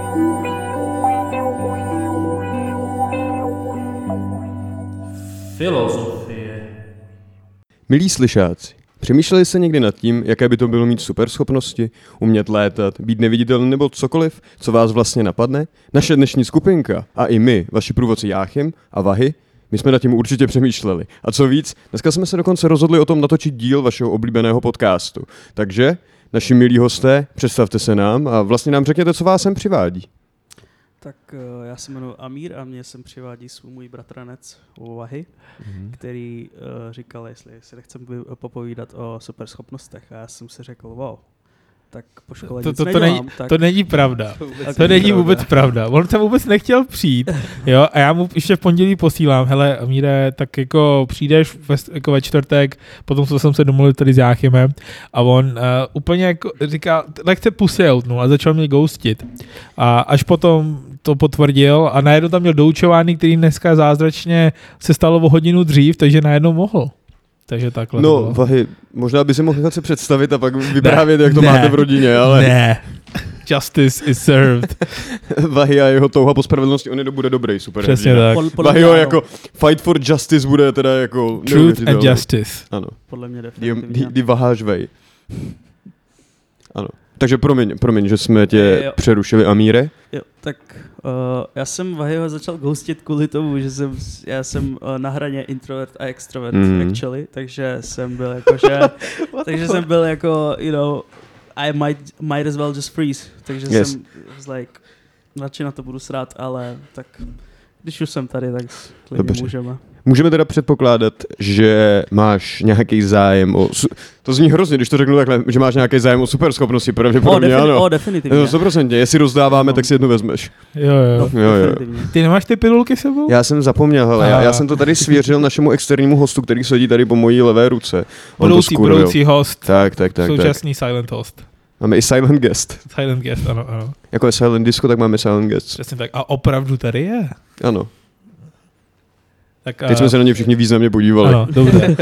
Filozofie. Milí slyšáci, přemýšleli jste někdy nad tím, jaké by to bylo mít superschopnosti, umět létat, být neviditelný nebo cokoliv, co vás vlastně napadne? Naše dnešní skupinka a i my, vaši průvodci Jáchym a Vahy, my jsme nad tím určitě přemýšleli. A co víc, dneska jsme se dokonce rozhodli o tom natočit díl vašeho oblíbeného podcastu. Takže, naši milí hosté, představte se nám a vlastně nám řekněte, co vás sem přivádí. Tak já se jmenuji Amír a mě sem přivádí můj bratranec Vahy, který říkal, jestli si nechcem popovídat o superschopnostech. A já jsem si řekl, wow, tak po škole nic nedělám. To není pravda. To není vůbec pravda. On tam vůbec nechtěl přijít. Jo? A já mu ještě v pondělí posílám, hele Amíre, tak jako přijdeš jako ve čtvrtek, potom co jsem se domluvil tady s Jáchymem a on úplně jako říká, lehce pusioutnul a začal mě ghostit. A až potom to potvrdil a najednou tam měl doučování, který dneska zázračně se stalo o hodinu dřív, takže najednou mohl. Takže takhle. No, Vahy, možná by si mohl nechat se představit a pak vyprávět, jak to máte v rodině, ale... Ne. Justice is served. Vahy a jeho touha po spravedlnosti, on bude dobrý, super. Přesně tak. Vahyho jako fight for justice bude teda jako... Truth and justice. Ano. Podle mě definitivně. Die Vaháš way. Ano. Takže promiň, že jsme tě přerušili, Amíre. Jo, tak já jsem Vahyho začal ghostit kvůli tomu, že já jsem na hraně introvert a extrovert actually, takže jsem byl jako, you know, I might as well just freeze, takže jsem like, radši na to budu srát, ale tak když už jsem tady, tak klidně můžeme. Můžeme teda předpokládat, že máš nějaký zájem o... To zní hrozně, když to řeknu takhle, že máš nějaký zájem o superschopnosti, pravděpodobně ano. Definitivně. 100%, jestli rozdáváme, tak si jednu vezmeš. Jo. Ty nemáš ty pilulky sebou? Já jsem zapomněl, hele, já jsem to tady svěřil našemu externímu hostu, který sedí tady po mojí levé ruce. Budoucí host. Tak. Současný silent host. Máme i silent guest. Silent guest, ano. Jako je silent disco, tak máme silent guest. Přesně tak. A opravdu tady je? Ano. Tak, teď jsme se na ně všichni významně podívali. Ano, dobře.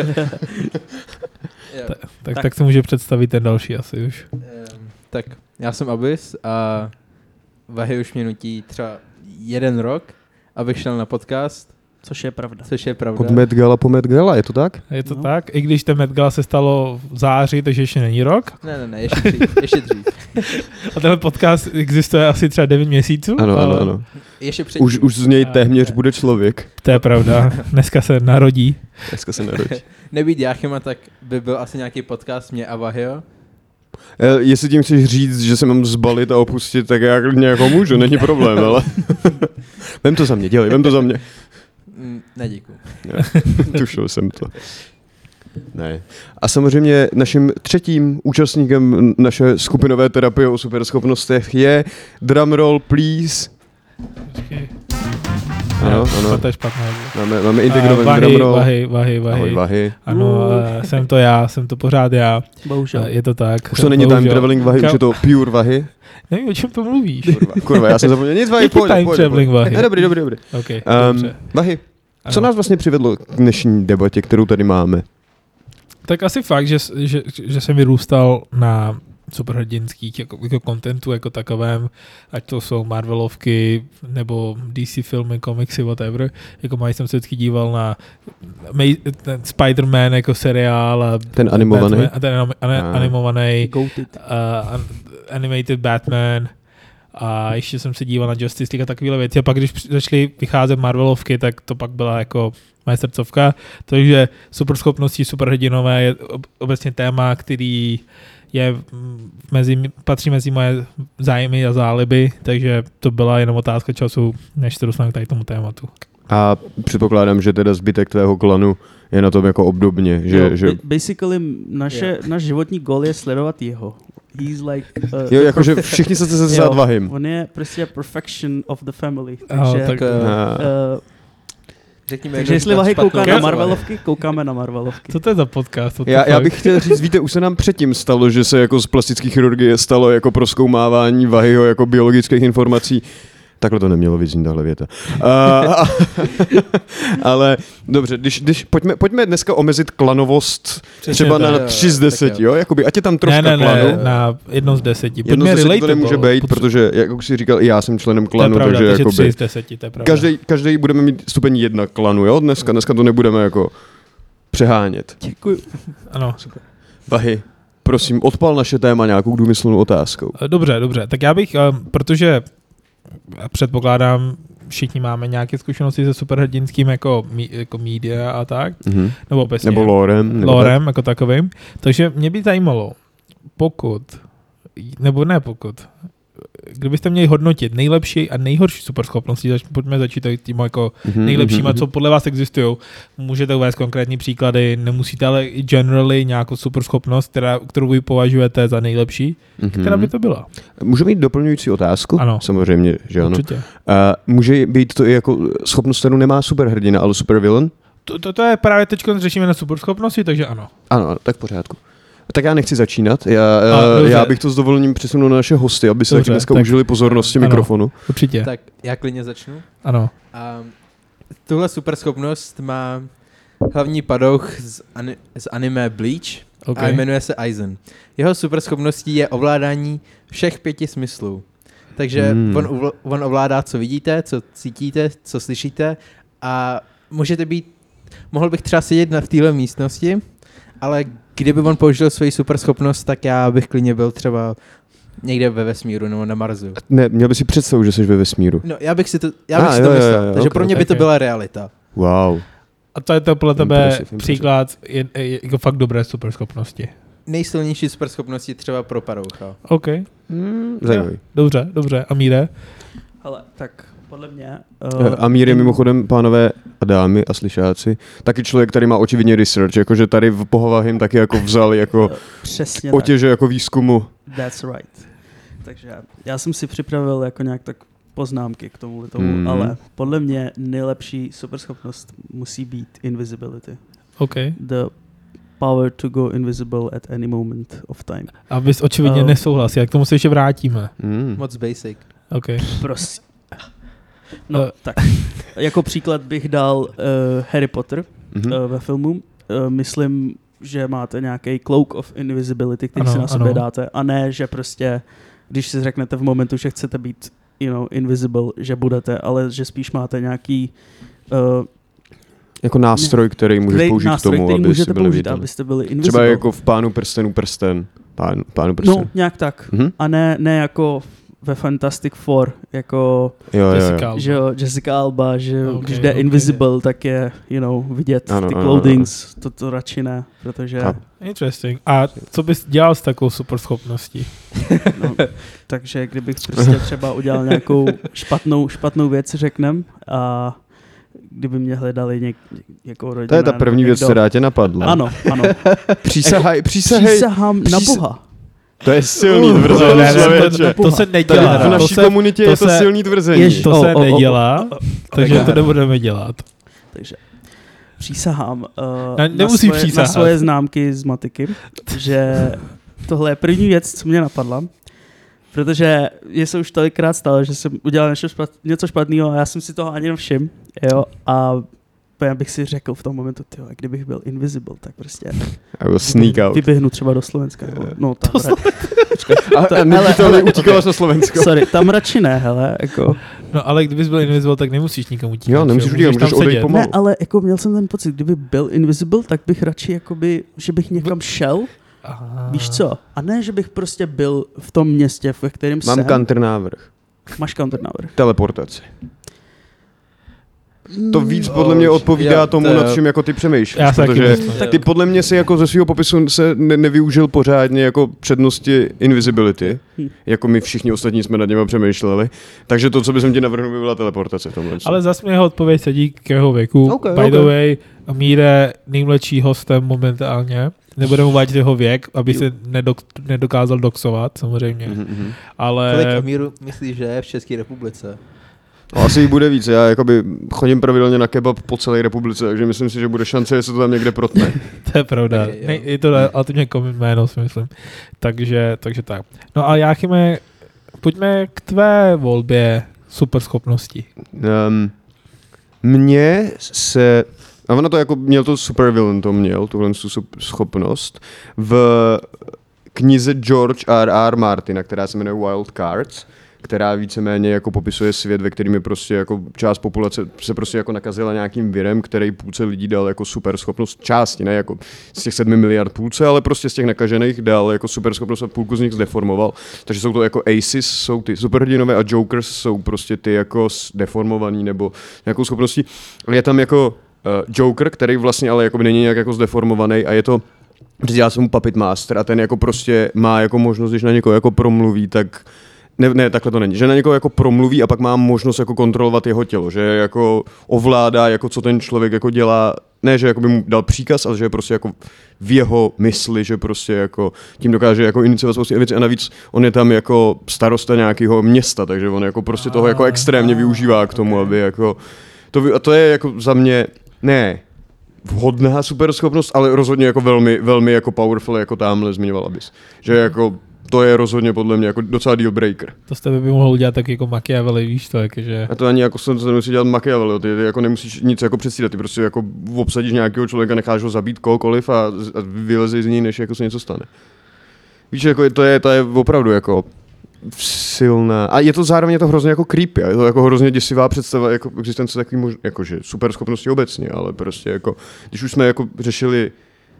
tak se může představit ten další asi už. Tak, já jsem Abys a Vahy už mě nutí třeba 1 rok, abych šel na podcast. Což je pravda. Od Met Gala po Met Gala, je to tak? Je to tak, i když ten Met Gala se stalo v září, takže ještě není rok. Ne, ještě dřív. A tenhle podcast existuje asi třeba 9 měsíců. Ano. Ještě už z něj téměř bude člověk. To je pravda, dneska se narodí. Nebýt Jáchyma, tak by byl asi nějaký podcast mě a Vahyho. Jestli tím chceš říct, že se mám zbalit a opustit, tak já klidně jako můžu, není problém, ale... Vem to za mě, vem to za mě. Ne, díku. Tušil jsem to. Ne. A samozřejmě naším třetím účastníkem naše skupinové terapie o superschopnostech je drumroll, please. Ano. To je špatné. Máme integrovaný drumroll. Vahy. Ano, jsem to pořád já. Bohužel. Je to tak. Už to není time traveling Vahy, už je to pure Vahy. Nevím, o čem to mluvíš. Kurva, já jsem zapomněl. Nic, Vahy, pojď. Dobrý. Okay, Vahy, co nás vlastně přivedlo k dnešní debatě, kterou tady máme? Tak asi fakt, že jsem vyrůstal na superhrdinských jako contentu jako takovém, ať to jsou Marvelovky nebo DC filmy, komiksy, whatever. Jako mají jsem se vždycky díval na ten Spider-Man jako seriál a ten animovaný. Animovaný animated Batman a ještě jsem se díval na Justice League a takovéhle věci a pak když začaly vycházet Marvelovky, tak to pak byla jako moje srdcovka. Takže superschopnosti, superhrdinové je obecně téma, který patří mezi moje zájmy a záliby, takže to byla jenom otázka času, než se dostanu k tady tomu tématu. A předpokládám, že teda zbytek tvého klanu je na tom jako obdobně. Basically náš životní gól je sledovat jeho. He's like... jakože všichni se za Vahym. On je prostě perfection of the family. Takže jestli Vahy kouká na Marvelovky, koukáme na Marvelovky. Co to je za podcast? Já bych chtěl říct, víte, už se nám předtím stalo, že se jako z plastické chirurgie stalo jako prozkoumávání Vahyho jako biologických informací. Takhle to nemělo vyznít, tahle věta. Ale dobře, pojďme dneska omezit klanovost třeba na 3 z 10, jo? Jakoby, ať je tam troška klanu. Ne, na 1 z 10. Jedno z 10 to nemůže být, protože, jak už jsi říkal, i já jsem členem klanu, to je pravda, takže jakoby, 3 z 10, to je pravda. každý budeme mít stupeň 1 klanu, jo? Dneska to nebudeme jako přehánět. Děkuju. Ano. Super. Vahy, prosím, odpal naše téma nějakou důmyslnou otázkou. Dobře. Tak já bych, protože předpokládám, všichni máme nějaké zkušenosti se superhrdinským jako media a tak, nebo obecně. Nebo lorem. Jako takovým. Takže mě by zajímalo, kdybyste měli hodnotit nejlepší a nejhorší superschopnosti, pojďme začít tím jako nejlepšíma, co podle vás existují. Můžete uvést konkrétní příklady, nemusíte, ale i generally nějakou superschopnost, kterou vy považujete za nejlepší, která by to byla. Můžu mít doplňující otázku? Ano. Samozřejmě, že ano. Určitě. Může být to i jako schopnost, kterou nemá superhrdina, ale supervillain? To je právě teď řešíme na superschopnosti, takže ano. Ano, tak v pořádku. Tak já nechci začínat, já bych to s dovolením přesunul na naše hosty, aby se taky dneska užili pozornosti mikrofonu. Určitě. Tak já klidně začnu. Ano. Tuhle superschopnost má hlavní padouch z anime Bleach a jmenuje se Aizen. Jeho superschopností je ovládání všech 5 smyslů. Takže on ovládá, co vidíte, co cítíte, co slyšíte a mohl bych třeba sedět v téhle místnosti, ale kdyby on použil svoji superschopnost, tak já bych klidně byl třeba někde ve vesmíru nebo na Marsu. Ne, měl by si představu, že jsi ve vesmíru. No, já bych si to myslel. Takže pro mě by to byla realita. Wow. A to je to podle tebe příklad jako fakt dobré superschopnosti. Nejsilnější superschopnosti třeba pro padoucha. OK. Zajímavý. Dobře. Amíre? Hele, tak podle mě... Amír je mimochodem, pánové a dámy a slyšáci, taky člověk, který má očividně research, jakože tady v Pohovahym taky jako vzal jako přesně otěže tak. Jako výzkumu. That's right. Takže já jsem si připravil jako nějak tak poznámky k tomu, ale podle mě nejlepší superschopnost musí být invisibility. OK. The power to go invisible at any moment of time. A bys očividně nesouhlasil, k tomu se ještě vrátíme. Moc basic. OK. Prosím. No, tak. Jako příklad bych dal Harry Potter ve filmu. Myslím, že máte nějaký cloak of invisibility, který si na sebe dáte, a ne, že prostě, když si řeknete v momentu, že chcete být invisible, že budete, ale že spíš máte nějaký jako nástroj, který můžeš použít k tomu, abyste byli viditelní. Abyste byli invisible. Třeba jako v Pánu prstenů prsten. Pánu prsten. No, nějak tak. A ne jako ve Fantastic Four, jako Jessica Alba, že když jde invisible, tak je, vidět ty clothings, to radši ne, protože... Interesting. A co bys dělal s takovou superschopností? No, takže kdybych prostě třeba udělal nějakou špatnou věc, řeknem, a kdyby mě hledali jako rodina... To je ta první věc, která tě napadla. Ano. Přísahám na Boha. To je silný tvrzení, to se nedělá. V naší komunitě je to silný tvrzení. To se nedělá, takže to nebudeme dělat. Takže přísahám na svoje známky z matiky, že tohle je první věc, co mě napadla, protože se už tolikrát stalo, že jsem udělal něco špatného a já jsem si toho ani nevšiml, a já bych si řekl v tom momentu, kdybych byl invisible, tak prostě vyběhnu třeba do Slovenska. No, tam utíkala na Slovensko. Sorry, tam radši ne, hele, jako. No, ale kdybys byl invisible, tak nemusíš nikam utíkat. Jo, nemusíš utíkat, můžeš odejít pomalu. Ne, ale jako měl jsem ten pocit, kdyby byl invisible, tak bych radši, jakoby, že bych někam šel, víš co? A ne, že bych prostě byl v tom městě, ve kterém jsem. Mám counternávrh. Máš counternávrh. Teleportaci. To víc podle mě odpovídá tomu, nad čím jako ty přemýšlíš, protože ty podle mě si jako ze svého popisu se nevyužil pořádně jako přednosti invisibility, jako my všichni ostatní jsme nad něma přemýšleli, takže to, co bych ti navrhnul, by byla teleportace. Ale zase mě jeho odpověď sedí k jeho věku. By the way, Amíre nejmladší hostem momentálně. Nebudeme uvádět jeho věk, aby se nedokázal doxovat, samozřejmě. Ale... Kolik Amíru myslíš, že je v České republice? No, asi jich bude víc. Já jakoby chodím pravidelně na kebab po celé republice, takže myslím si, že bude šance, že se to tam někde protne. To je pravda. Je to relativně common jméno, si myslím. Takže tak. No a Jáchyme, pojďme k tvé volbě superschopnosti? Mně se... A ono to jako měl to supervillain, tuhle schopnost. V knize George R.R. Martina, která se jmenuje Wild Cards, která víceméně jako popisuje svět, ve kterým je prostě jako část populace se prostě jako nakazila nějakým virem, který půlce lidí dal jako superschopnost části, ne jako z těch 7 miliard půlce, ale prostě z těch nakažených dal jako superschopnost a půlku z nich zdeformoval. Takže jsou to jako Aces, jsou ty superhrdinové a Jokers jsou prostě ty jako deformovaný nebo nějakou schopností. Je tam jako Joker, který vlastně ale jako není nějak jako zdeformovaný a je to já jsem mu Puppet Master a ten jako prostě má jako možnost, když na někoho jako promluví, tak ne, takhle to není. Že na někoho jako promluví a pak má možnost jako kontrolovat jeho tělo, že jako ovládá, jako co ten člověk jako dělá, ne, že jako by mu dal příkaz, ale že je prostě jako v jeho mysli, že prostě jako tím dokáže jako iniciovat spoustu věcí a navíc on je tam jako starosta nějakého města, takže on jako prostě toho jako extrémně využívá k tomu, aby jako to je jako za mě, ne vhodná superschopnost, ale rozhodně jako velmi, velmi jako powerful, jako tamhle zmiňoval Abys. Že jako to je rozhodně podle mě jako docela deal breaker. To z tebe by mohl udělat tak jako Machiavelli, víš to, jakože... A to ani jako se nemusí dělat Machiavelli, ty jako nemusíš nic jako předstírat, ty prostě jako obsadíš nějakého člověka, necháš ho zabít kohokoliv a vylezeš z něj, než jako se něco stane. Víš, jako to je opravdu jako silná. A je to zároveň to hrozně jako creepy, je to jako hrozně děsivá představa jako existence takový jakože super schopnosti obecně, ale prostě jako, když už jsme jako řešili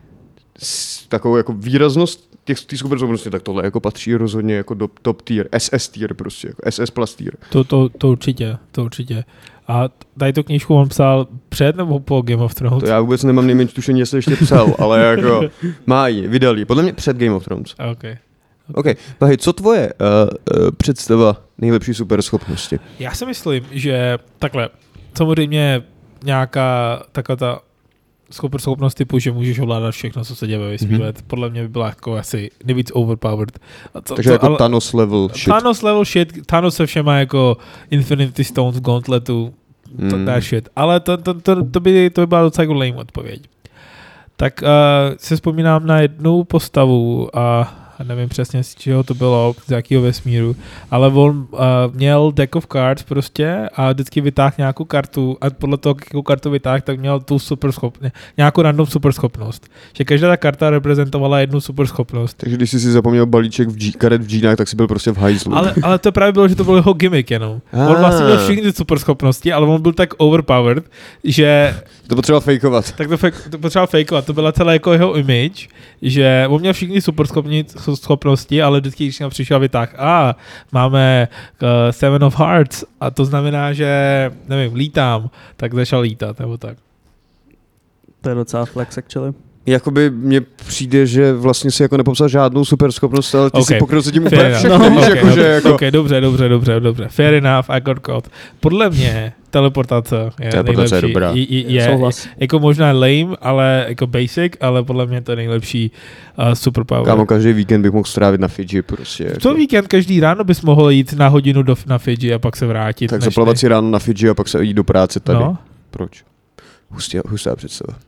takovou jako výraznost těch super schopností, tak tohle jako patří rozhodně jako do top tier, SS tier prostě, jako SS plus tier. To určitě. A tady tu knížku on psal před nebo po Game of Thrones? To já vůbec nemám nejmenší tušení, jestli ještě psal, ale jako vydali. Podle mě před Game of Thrones. OK. Pahy, co tvoje představa nejlepší superschopnosti? Já si myslím, že takhle, samozřejmě nějaká taková ta schopnost typu, že můžeš ovládat všechno, co se děje ve vesmíru. Podle mě by byla jako asi nejvíc overpowered. Takže jako Thanos level shit. Thanos level shit, Thanos se všema jako Infinity Stones v Gauntletu, that shit. Ale to by byla docela jako lame odpověď. Tak si vzpomínám na jednu postavu a nevím přesně z čeho to bylo, z jakého vesmíru, ale on měl deck of cards prostě a vždycky vytáhl nějakou kartu a podle toho, jakou kartu vytáhl, tak měl tu nějakou random superschopnost. Že každá ta karta reprezentovala jednu superschopnost. Takže když jsi si zapomněl balíček karet v džínách, tak si byl prostě v hajzlu. Ale to právě bylo, že to byl jeho gimmick jenom. On vlastně měl všechny ty superschopnosti, ale on byl tak overpowered, že... To potřeboval fejkovat. Tak to potřeboval fejkovat. To byla celá jako jeho image, že on měl všechny superschopnosti, ale vždycky, když nám přišel vytáh, máme Seven of Hearts a to znamená, že, nevím, lítám, tak začal lítat, nebo tak. To je docela flex, actually. Jakoby mně přijde, že vlastně si jako nepopsal žádnou superschopnost, ale ty si pokryl se tím úplně všechno. Dobře. Fair enough, I got caught. Podle mě teleportace je nejlepší. Je dobrá. Je jako možná lame, ale jako basic, ale podle mě to je nejlepší superpower. Kámo, každý víkend bych mohl strávit na Fidži prostě. Jako. Co víkend, každý ráno bys mohl jít na hodinu na Fidži a pak se vrátit. Tak zaplavat si ráno na Fidži a pak se jít do práce tady. No. Proč? Hustá představa.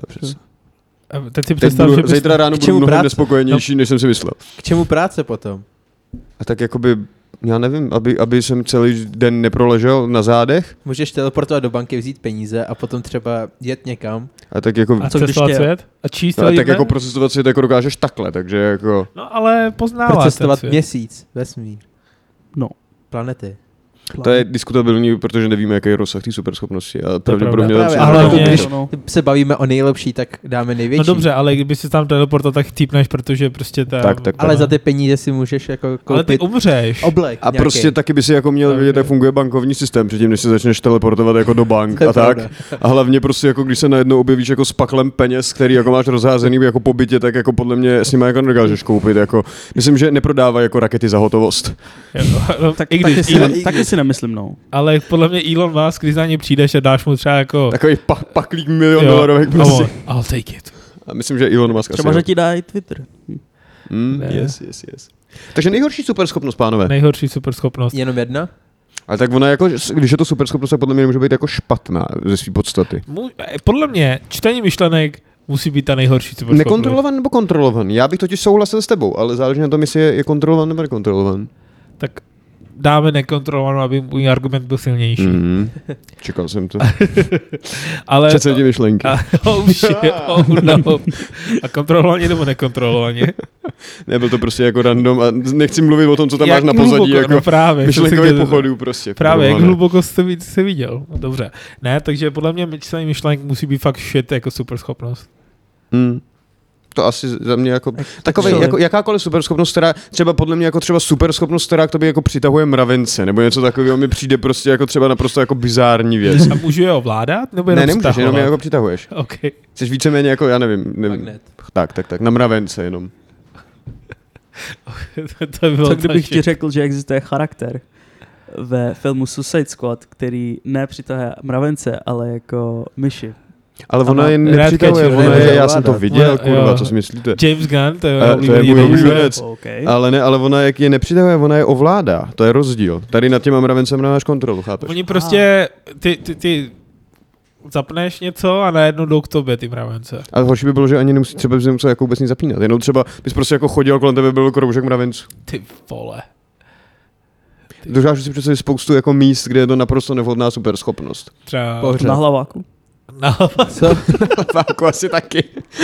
Teď si představ, že zítra ráno budu mnohem nespokojenější, než jsem si myslel. K čemu práce potom? A tak jakoby, já nevím, aby jsem celý den neproležel na zádech. Můžeš teleportovat do banky, vzít peníze a potom třeba jet někam. A tak jako... A cestovat svět? A číst tak jako procestovat svět jako dokážeš takhle, takže jako... No ale poznávat procestovat měsíc, vesmír. No. Planety. To je diskutabilní, protože nevíme, jaký je rozsah té superschopnosti. A pravděpodobně když se bavíme o nejlepší, tak dáme největší. No dobře, ale kdyby si tam teleportoval, tak týpneš, protože prostě tak, ale za ty peníze si můžeš jako koupit. Ale ty umřeš. Oblek. A nějaký. Prostě taky by si jako měl vědět, jak funguje bankovní systém, předtím, než si začneš teleportovat jako do bank a tak. A hlavně prostě jako když se najednou objevíš jako s paklem peněz, který jako máš rozházený jako po bytě, tak jako podle mě s nimi jako nedokážeš koupit. Jako, myslím, že neprodávají jako rakety za hotovost. Taky si nemyslím, no. Ale podle mě Elon Musk, když za ně přijdeš a dáš mu třeba jako... Takový paklík $1 milion prostě. I'll take it. A myslím, že Elon Musk třeba, že ti dá i Twitter. Yes. Takže nejhorší superschopnost, pánové. Nejhorší superschopnost. Jenom jedna? Ale tak ona jako, když je to superschopnost, tak podle mě může být jako špatná ze své podstaty. Podle mě čtení myšlenek musí být ta nejhorší superschopnost. Nekontrolovaný nebo kontrolovaný? Já bych totiž souhlasil s tebou, ale záleží na tom, jestli je kontrolovaný nebo nekontrolovaný. Tak dáme nekontrolovanou, aby můj argument byl silnější. Čekal jsem to. Ale... Přece myšlenky. A kontrolovaně nebo nekontrolovaně? Nebyl to prostě jako random a nechci mluvit o tom, co tam jak máš na pozadí. Hluboko, jako no právě, myšlenkových pochodů prostě. Právě, jak hluboko jsi viděl. No, dobře. Ne, takže podle mě myšlenky musí být fakt shit jako superschopnost. To asi za mě jako takový, jako jakákoliv superschopnost, která třeba podle mě jako třeba superschopnost, která k tobě jako přitahuje mravence, nebo něco takového mi přijde prostě jako třeba naprosto jako bizární věc. A můžu je ovládat? Nebo ne, nemůžeš, jenom je jako přitahuješ. Okay. Jsi víceméně jako, já nevím. Tak, na mravence jenom. Co kdybych ti řekl, že existuje charakter ve filmu Suicide Squad, který nepřitahuje mravence, ale jako myši. Ale ona je nepřitahuje, já jsem to viděl, kurva, co si myslíte? James Gunn, to je můj oblíbenec. Ale ona jak je nepřitahuje, ona je ovládá, to je rozdíl. Tady nad těma mravencem nemáš kontrolu, chápeš? Oni prostě, ty zapneš něco a najednou jdou k tobě ty mravence. Ale horší by bylo, že ani nemusí třeba něco jako vůbec nic zapínat, jenom třeba bys prostě jako chodil, kolem tebe byl kroužek mravenců. Ty vole. Dokážu si představit spoustu jako míst, kde je to naprosto nevhodná superschopnost. Třeba na hlaváku. Na hlaváku. Co? Na hlaváku asi taky.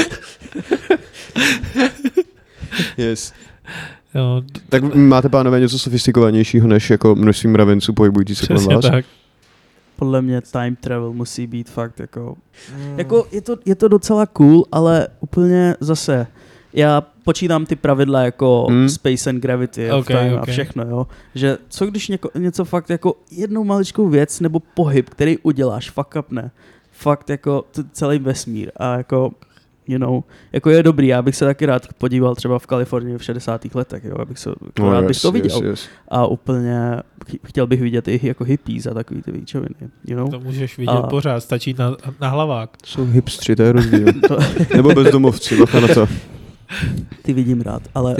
Yes. Jo. Tak máte, pánové, něco sofistikovanějšího než jako množství mravenců pohybující se kolem vás? Tak. Podle mě time travel musí být fakt jako je to docela cool, ale úplně zase já počítám ty pravidla jako space and gravity a všechno, jo. Že co když něco fakt jako jednou maličkou věc nebo pohyb, který uděláš, fuck upne. Fakt jako celý vesmír a jako jako je dobrý, já bych se taky rád podíval třeba v Kalifornii v 60. letech, jo, rád bych to viděl. Yes. A úplně chtěl bych vidět i jako hippies a takový ty výčoviny, To můžeš vidět pořád, stačí na hlavák. Jsou hipstři, to je rozdíl. Nebo bezdomovci, bacha na to. Ty vidím rád, ale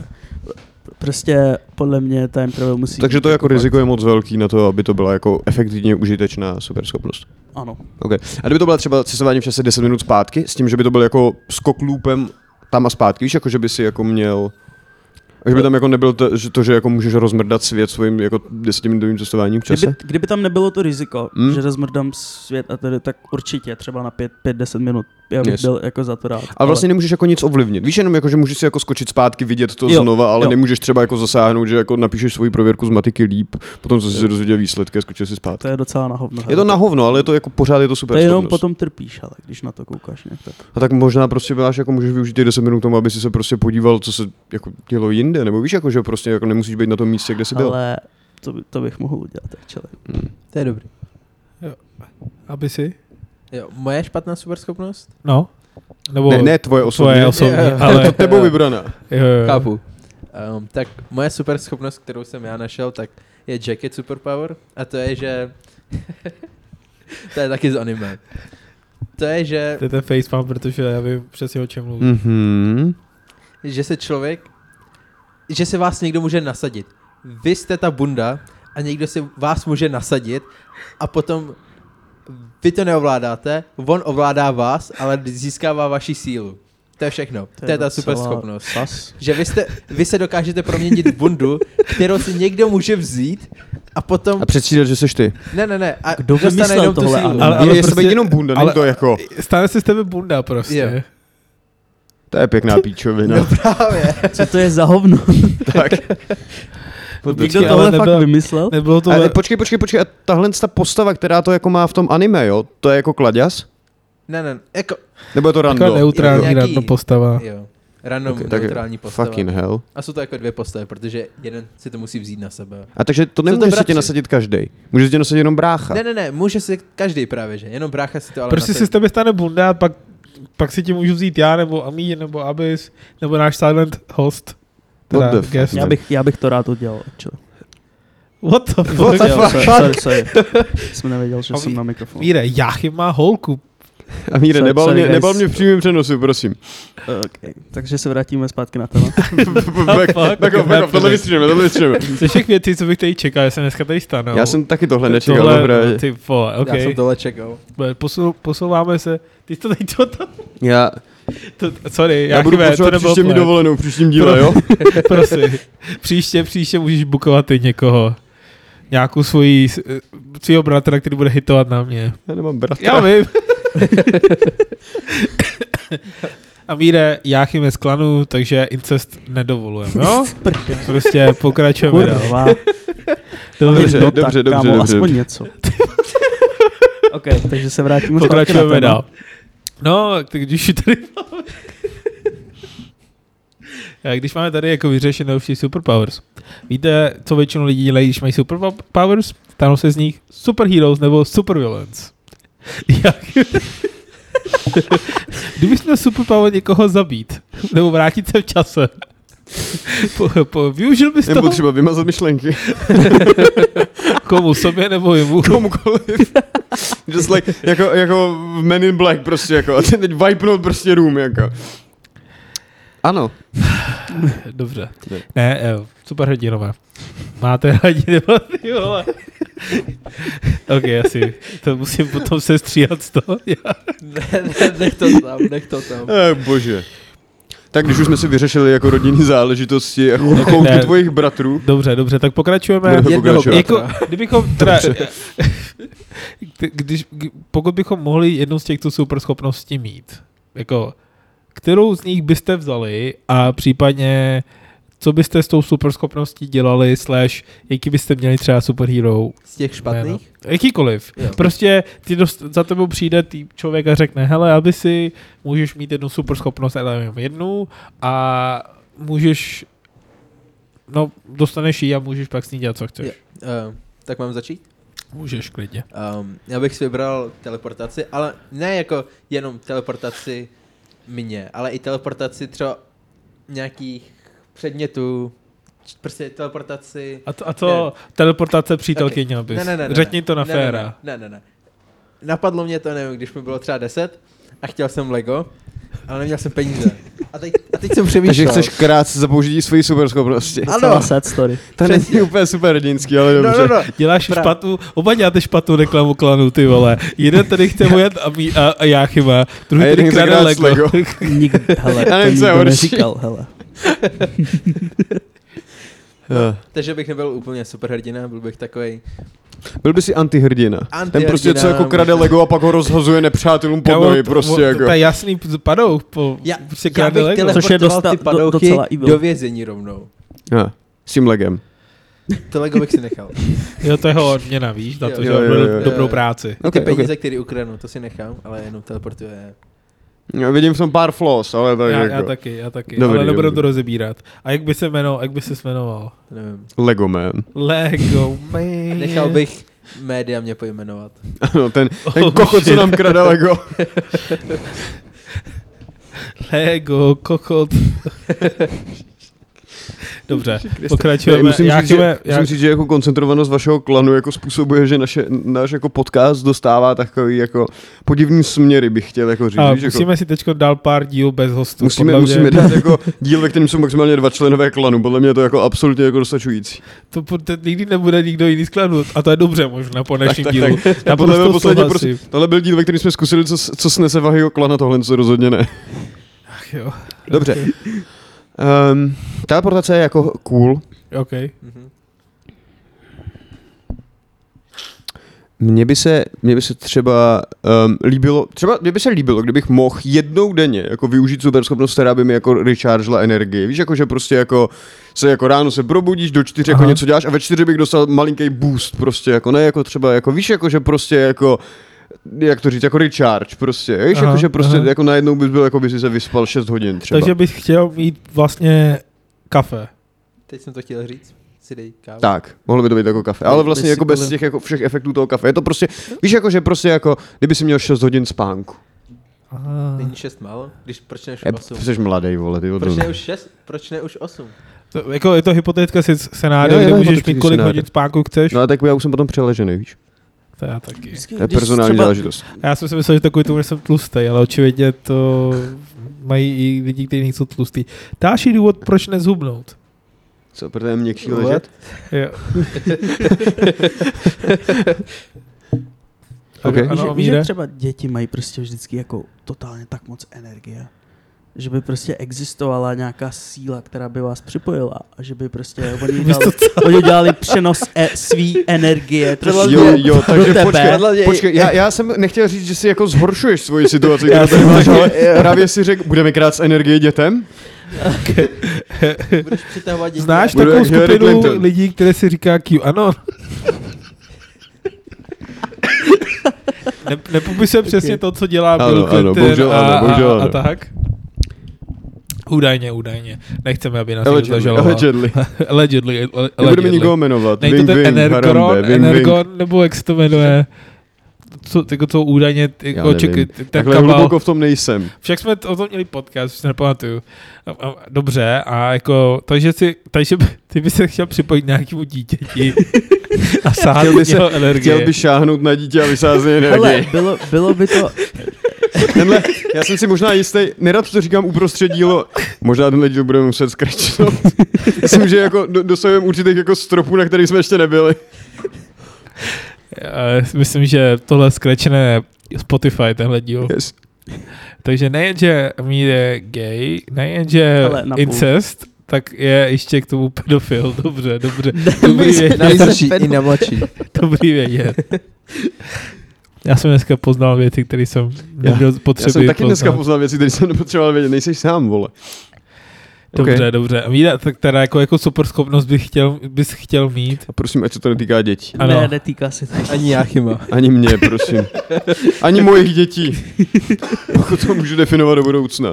prostě podle mě time travel musí. Takže to jako riziko je moc velký na to, aby to byla jako efektivně užitečná superschopnost. Ano. Okay. A kdyby to byla třeba cestování v čase 10 minut zpátky, s tím, že by to byl jako skok loopem tam a zpátky, víš, jako že by si jako měl, že by tam jako nebylo to, že jako můžeš rozmrdat svět svým jako 10minutovým cestováním v čase? Kdyby tam nebylo to riziko, že rozmrdám svět a tedy, tak určitě třeba na 5-10 minut. Já bych byl jako za to rád. Ale vlastně nemůžeš jako nic ovlivnit. Víš, jenom jako, že můžeš si jako skočit zpátky, vidět to znova, ale nemůžeš třeba jako zasáhnout, že jako napíšeš svoji prověrku z matiky líp, potom co jsi se dozvěděl výsledky a skočil si zpátky. To je docela na hovno. Je to na hovno, ale je to jako pořád je to super. To jenom potom trpíš, ale když na to koukáš nějak tak. A tak možná prostě máš, jako můžeš využít těch 10 minut tomu, aby si se prostě podíval, co se jako dělo jinde, nebo víš, jako že prostě jako nemusíš být na tom místě, kde jsi byl. Ale to bych mohl udělat, actually. To je dobrý. Jo. Aby si? Jo, moje špatná superschopnost? No. Nebo ne tvoje osobní, ale to tebou vybraná. Jo. Chápu. Tak moje superschopnost, kterou jsem já našel, tak je Jacket Superpower a to je, že to je taky z anime. To je, že to je ten facepalm, protože já vím přesně o čem mluvím. Že se vás někdo může nasadit. Vy jste ta bunda a někdo si vás může nasadit a potom vy to neovládáte, on ovládá vás, ale získává vaši sílu. To je všechno. To je ta superschopnost. Že vy se dokážete proměnit v bundu, kterou si někdo může vzít a potom... A předstřídat, že seš ty. Ne. A kdo dostane jenom tu sílu. Ale je prostě, jenom bunda, není to jako... Stane se z tebe bunda prostě. Je. To je pěkná píčovina. No právě. Co to je za hovno? Tak. Někdo tohle fakt vymyslel? Nebylo to... Počkej, a tahle ta postava, která to jako má v tom anime, jo? To je jako kladěz? Ne, jako... Nebo je to random? Jako neutrální random postava. Jo. Random neutrální postava. Fucking hell. A jsou to jako dvě postavy, protože jeden si to musí vzít na sebe. A takže to nemůže se tě nasadit každej. Může se tě nasadit jenom brácha. Ne, může si každý právě, že? Jenom brácha si to ale prostě si z tebe stane bunda, pak si ti můžu vzít já, nebo Amír, nebo Abyss, nebo náš silent host. Teda guest. Já bych to rád udělal, actually. What the fuck? Sorry. Jsem nevěděl, že jsem na mikrofonu. Míre, Jáchym má holku. Amíre, nebal mě v přímém přenosu, prosím. Okay. Takže se vrátíme zpátky na téma. Tohle vystříme. Ze všech věcí, co bych tady čekal, já jsem dneska tady stanou. Já jsem taky tohle nečekal, dobré. Ty vole, okay. Já jsem tohle čekal. Posouváme se. Ty jsi to tady sorry, já budu potřebovat příště mi dovolenou v příštím díle, jo? Prosím. Příště můžeš bookovat ty někoho. nějakou svýho bratra, který bude hitovat na mě. Já nemám bratra. Já vím. Amíre, Jáchym je z klanu, takže incest nedovolujeme, jo? Prostě pokračujeme dál. Dobře. Aspoň něco. OK, takže se vrátíme. Pokračujeme dál. No, tak když tady když máme tady jako vyřešené všichni superpowers. Víte, co většinou lidí dělají, když mají superpowers? Stanou se z nich superheroes nebo supervillains. Kdybychom superpower někoho zabít, nebo vrátit se v čase, využil bys toho? Nebo třeba vymazat myšlenky. Komu, sobě nebo jemu? Komukoliv. Just like, jako v Men in Black prostě jako. A teď wipenul prostě room jako. Ano. Dobře. Ne, super hrdinové. Máte rádi nebo ty vole? Ok, asi to musím potom se stříhat z toho. Nech to tam. Bože. Tak když už jsme si vyřešili jako rodinný záležitosti jako choutky tvojich bratrů. Dobře, tak pokračujeme. Jako, kdybychom teda, pokud bychom mohli jednu z těchto superschopností mít, jako, kterou z nich byste vzali a případně co byste s tou superschopností dělali, / jaký byste měli třeba superhero? Z těch špatných? Jakýkoliv. Jo. Prostě za tebou přijde člověk a řekne, hele, aby si můžeš mít jednu superschopnost, ale jenom jednu a můžeš, dostaneš ji a můžeš pak s ní dělat, co chceš. Tak mám začít? Můžeš, klidně. Já bych si vybral teleportaci, ale ne jako jenom teleportaci mě, ale i teleportaci třeba nějakých předmětů, prostě teleportaci... A to teleportace přítelky měl bys? Ne. Řekni to na féra. Ne. Napadlo mě to, nevím, když mi bylo třeba 10 a chtěl jsem Lego, ale neměl jsem peníze. A teď jsem přemýšlel. Takže chceš krát za použití svojí superschopnosti. Ano. Sad story. To není úplně super hrdinský, ale dobře. No. Děláš špatnou, oba děláte špatnou reklamu klanu, ty vole. Jeden tady chce vojet a Jáchyma, druhý tady krade Lego. Hele, to nikdo neříkal, hele. Takže bych nebyl úplně superhrdina, byl bych takovej... Byl by si antihrdina. Ten prostě co jako krade Lego a pak ho rozhazuje nepřátelům pod nohy, prostě jako. To je jasný padouch, prostě krade Lego. Což je ty padouchy do vězení rovnou. S tím Legem. To Lego bych si nechal. Jo, to je ho odměna, víš, za to, že odvedl dobrou práci. Ty peníze, které ukradnu, to si nechám, ale jenom teleportuje. Já vidím v tom pár flaws, ale tak já jako. Já taky, ale nebudu to rozebírat. A jak by se jmenoval? Nevím. Lego Man. Nechal bych média mě pojmenovat. Ano, ten kokot, co nám krade Lego. Lego, kokot. Dobře, pokračujeme. Musím říct, že jako koncentrovanost vašeho klanu jako způsobuje, že náš jako podcast dostává takový jako podivný směry, bych chtěl jako říct. Musíme si teď dát pár dílů bez hostů. Musíme dát jako díl, ve kterém jsou maximálně 2 členové klanu. Podle mě je to jako absolutně jako dostačující. To nikdy nebude nikdo jiný z klanu. A to je dobře možná po dnešním dílu. Tohle byl díl, ve kterém jsme zkusili, co snese Vahyho klana, tohle co rozhodně ne. Ach jo. Dobře. Teleportace je jako cool. OK. Mně by se třeba líbilo, kdybych mohl jednou denně jako využít superschopnost, která by mi jako rechargela energii. Víš, jako že prostě jako se jako ráno se probudíš, do 4 jako něco děláš a ve 4 bych dostal malinký boost prostě, jako ne jako třeba jako víš, jako že prostě jako jak to říct, jako recharge prostě, víš, jako že prostě jako najednou bys byl, jako by si se vyspal 6 hodin třeba. Takže bych chtěl mít vlastně kafe. Teď jsem to chtěl říct. Si dej kávu. Tak, mohlo by to být jako kafe, ale vlastně jako bez těch jako všech efektů toho kafe. Je to prostě, víš, jako že prostě jako, kdyby si měl 6 hodin spánku. Není 6 málo? Proč ne už 8? Jsi mladý, vole, ty. Proč ne už 6? Proč ne už 8? Jako je to hypotetická scenário, kde můžeš mít kolik hodin spánku chceš. No a tak já už jsem potom přeležený, víš. To já taky. To je personální záležitost. Já jsem si myslel, že takový tomu, že jsem tlustý, ale očividně to mají i lidi, kteří nejsou tlustý. Další důvod, proč nezhubnout? Co, protože je měkčí ležet? Jo. Okay. Víš, že třeba děti mají prostě vždycky jako totálně tak moc energie. že by prostě existovala nějaká síla, která by vás připojila a že by prostě oni dělali přenos svý energie trošku jo, takže do tebe. Počkej, já jsem nechtěl říct, že si jako zhoršuješ svoji situaci, kterou tady máš, ale právě si řekl, budeme krát energie dětem? Budeš přitahovat děti. Znáš takovou skupinu lidí, které si říká QAnon? Nepopisuje přesně to, co dělá Bill Clinton a tak? Údajně. Nechceme, aby nás někdo zažaloval. Allegedly. Nebudeme nikoho jmenovat. Není to ten Energon, nebo jak se to jmenuje? Co údajně, takhle hluboko v tom nejsem. Však jsme o tom měli podcast, už se nepamatuju. Dobře, a jako, takže ty bys se chtěl připojit nějakému dítěti a sáhnout jeho energie. Chtěl by šáhnout na dítě a vysázet energii. Hele, bylo by to... Tenhle, já jsem si možná jistý, nerad to říkám uprostřed dílo, možná tenhle díl budeme muset skrečnout. Myslím, že jako dosahujeme určitých jako stropů, na kterých jsme ještě nebyli. Myslím, že tohle skrečne Spotify, tenhle díl. Yes. Takže nejenže Amír je gay, nejenže incest, tak je ještě k tomu pedofil. Dobře. Dobrý vědět. I na mladší. Dobrý vědět. Já jsem dneska poznal věci, které jsem neměl potřeby poznat. Já jsem taky dneska poznal věci, které jsem nepotřeboval vědět. Nejseš sám, vole. Dobře. Amíra, tak teda jako super schopnost bys chtěl mít. A prosím, ať se to netýká dětí. Ano. Ne, netýká se to. Ani Jáchyma. Ani mě, prosím. Ani mojich dětí. Pokud to můžu definovat do budoucna.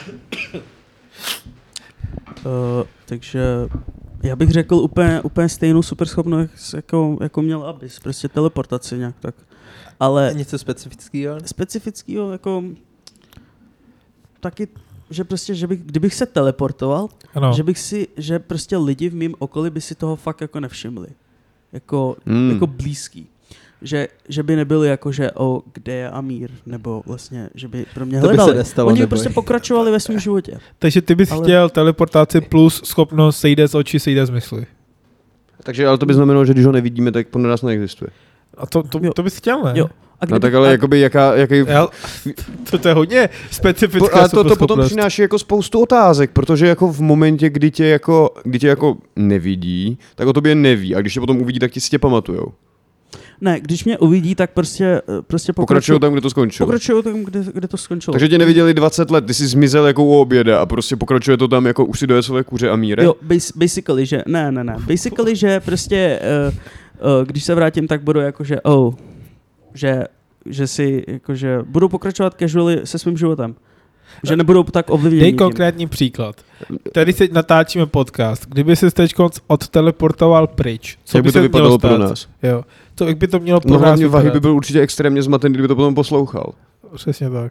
Takže já bych řekl úplně stejnou superschopnost, jako měl Abys. Prostě teleportaci nějak tak. Ale něco specifického? Specifického jako taky, že prostě, kdybych se teleportoval, že prostě lidi v mém okolí by si toho fakt jako nevšimli. Jako blízký. Že by nebyli jako, že kde je Amír, nebo vlastně, že by pro mě hledali. Oni by prostě pokračovali ve svém životě. Takže ty bys chtěl teleportaci plus schopnost sejde z očí, sejde z mysli. Takže ale to by znamenalo, že když ho nevidíme, tak pro nás neexistuje. A to bys chtěl, ne? Jo. No tak ale jakoby jaký... To je hodně specifická a to potom přináší jako spoustu otázek, protože jako v momentě, kdy tě jako nevidí, tak o tobě neví. A když tě potom uvidí, tak ti si tě pamatujou. Ne, když mě uvidí, tak prostě pokračují tam, kde to skončilo. Pokračují tam, kde to skončilo. Takže tě neviděli 20 let, ty jsi zmizel jako u oběda a prostě pokračuje to tam jako už si doje své kuře Amíre? Jo, basically, že ne. Basically, že prostě když se vrátím, tak budu jako, že si jakože budou pokračovat casually se svým životem. Že nebudou tak ovlivněni. Dej konkrétní příklad. Tady se natáčíme podcast. Kdyby se teď odteleportoval pryč, co by to vypadalo pro nás? Jo. Jak by to mělo pro nás? Hlavně Vahy by byl určitě extrémně zmatený, kdyby to potom poslouchal. Přesně tak.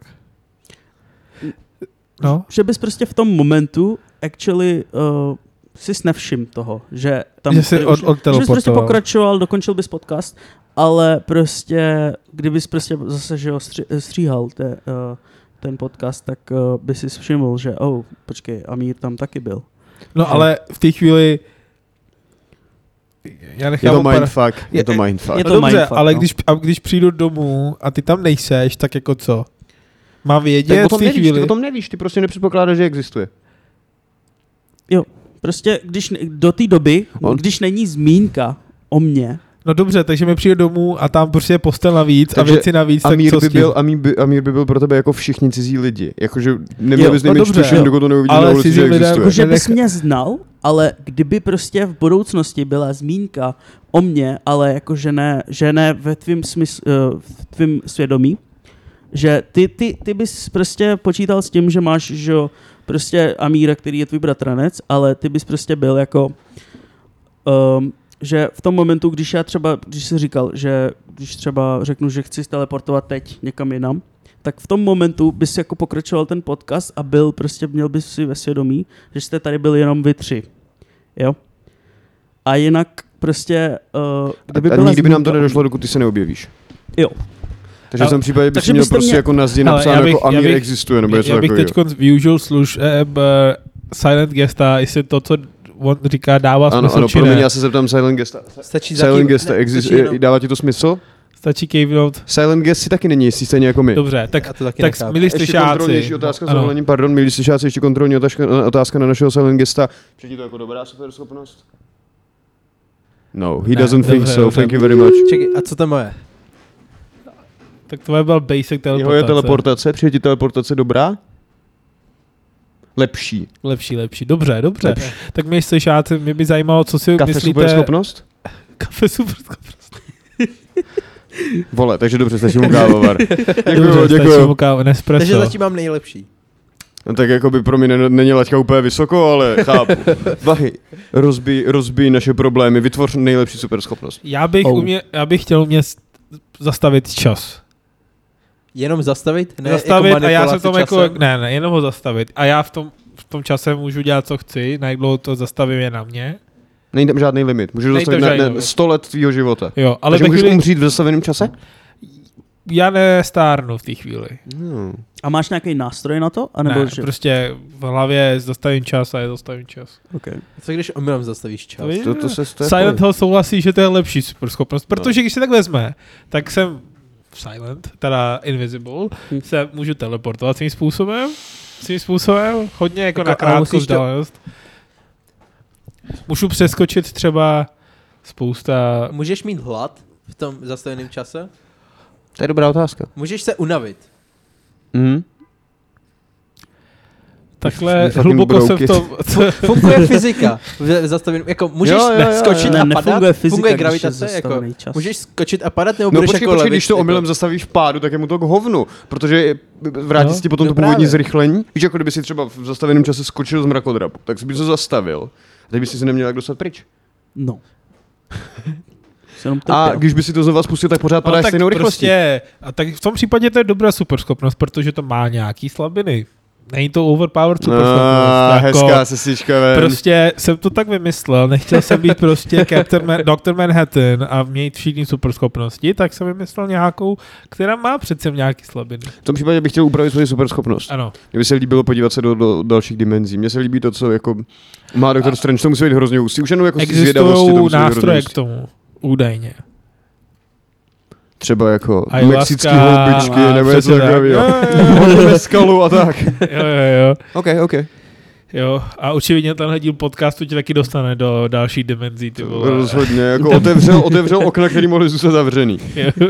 Že bys prostě v tom momentu actually si nevšim toho, že tam že jsi bys prostě pokračoval, dokončil bys podcast, ale prostě kdybys prostě zase že stříhal ten podcast, tak by si všiml, že počkej, Amír tam taky byl. No ale v té chvíli je to mindfuck. Je to mindfuck. Dobře, ale když přijdu domů a ty tam nejseš, tak jako co? Má vědět v té chvíli? Ty potom nevíš, ty prostě nepředpokládáš, že existuje. Jo, prostě do té doby, když není zmínka o mně. No dobře, takže mi přijde domů a tam prostě je postel navíc a věci navíc, Amír tak co Amír by byl pro tebe jako všichni cizí lidi. Jakože neměl bys nejmenší tušení, dokud to neuvidí na ulici, že existuje. Jakože bys mě znal, ale kdyby prostě v budoucnosti byla zmínka o mně, ale jakože ne ve tvým svědomí, že ty bys prostě počítal s tím, že máš, že prostě Amíra, který je tvůj bratranec, ale ty bys prostě byl jako... že v tom momentu, když jsi říkal, že když třeba řeknu, že chci teleportovat teď někam jinam, tak v tom momentu bys jako pokračoval ten podcast a měl bys si ve svědomí, že jste tady byli jenom vy tři. Jo? A jinak prostě... kdyby nám to nedošlo, dokud ty se neobjevíš. Jo. Takže v tom případě bys měl prostě jako na zdi napsáno jako Amír existuje, nebo něco takového. Já bych teď využil služeb Silent Gesta, jestli to, co on říká, dává smysl, ano, či ne. Já se zeptám Silent Gesta. Silent Gesta existuje, dává ti to smysl? Stačí kejvnout. Silent guest si taky není jistý, stejně jako my. Dobře, tak milí Ještě slyšáci. kontrolnější otázka s dovolením, pardon, milí slyšáci, ještě kontrolní otázka na našeho silent guesta. Přijde to jako dobrá superschopnost? No, he doesn't think so, thank you very much. Čekaj, a co tam je? Tak to byl basic teleportace. Jeho je teleportace, přijde ti teleportace dobrá? Lepší. Lepší. Dobře. Tak milí slyšáci, mě by zajímalo, co si Kafe myslíte... superschopnost? Kafe superschopnost. Vole, takže dobře, stačí mu kávovar. Děkuju. Stačí mu kávu, Nespresso. Takže zatím mám nejlepší. No tak jako by pro mě není laťka úplně vysoko, ale chápu. Vahy, rozbij naše problémy, vytvoř nejlepší superschopnost. Já bych chtěl umět zastavit čas. Jenom zastavit? Ne, zastavit jako a já se tomu časem? jako, ne, jenom ho zastavit. A já v tom čase můžu dělat, co chci, na jak dlouho to zastavím je na mě. Není tam žádný limit, můžeš zastavit na 100 let tvýho života. Jo, ale takže můžeš umřít v zastaveném čase? Já nestárnu v té chvíli. A máš nějaký nástroj na to? A nebo ne, prostě v hlavě zastavím čas a je zastavím čas. Okay. Co když omylem zastavíš čas? Silent Hill souhlasí, že to je lepší superschopnost, protože když se tak vezme, tak jsem Silent, teda Invisible, se můžu teleportovat svým způsobem, hodně jako na krátkou vzdálenost. Můžu přeskočit třeba spousta... Můžeš mít hlad v tom zastaveném čase? To je dobrá otázka. Můžeš se unavit? Takhle hluboko se v tom... Funguje fyzika. Jako můžeš skočit a padat? Funguje gravitace? Jako, můžeš skočit a padat nebo budeš jako levit? Když to omylem zastavíš v pádu, tak je mu to k hovnu. Protože vrátí se ti potom to původní zrychlení. Víš, jako kdyby si třeba v zastaveném čase skočil z mrakodrapu, tak bys to zastavil. A teď bys si neměl jak dostat pryč. No. A když by si to znova spustil, tak pořád padáš stejnou rychlostí. Prostě, a tak v tom případě to je dobrá superschopnost, protože to má nějaký slabiny. Není to overpowered superschopnost. Hezká sesička, ven. Prostě jsem to tak vymyslel, nechtěl jsem být prostě Dr. Manhattan a mít všichni superschopnosti, tak jsem vymyslel nějakou, která má přece nějaký slabiny. V tom případě bych chtěl upravit svoji superschopnost. Ano. Mně by se líbilo podívat se do dalších dimenzí. Mně se líbí to, co jako má Dr. Strange, to musí být hrozně hustý. Už jenom jako zvědavosti to musí být nástroje k tomu, údajně. Třeba jako mexický houbičky nebo něco takového. Skalu a tak. Jo. OK. Jo, a určitě tenhle díl podcastu tě taky dostane do dalších dimenzí. Ty vole. Rozhodně, jako otevřel okna, které mohly zůstat zavřený.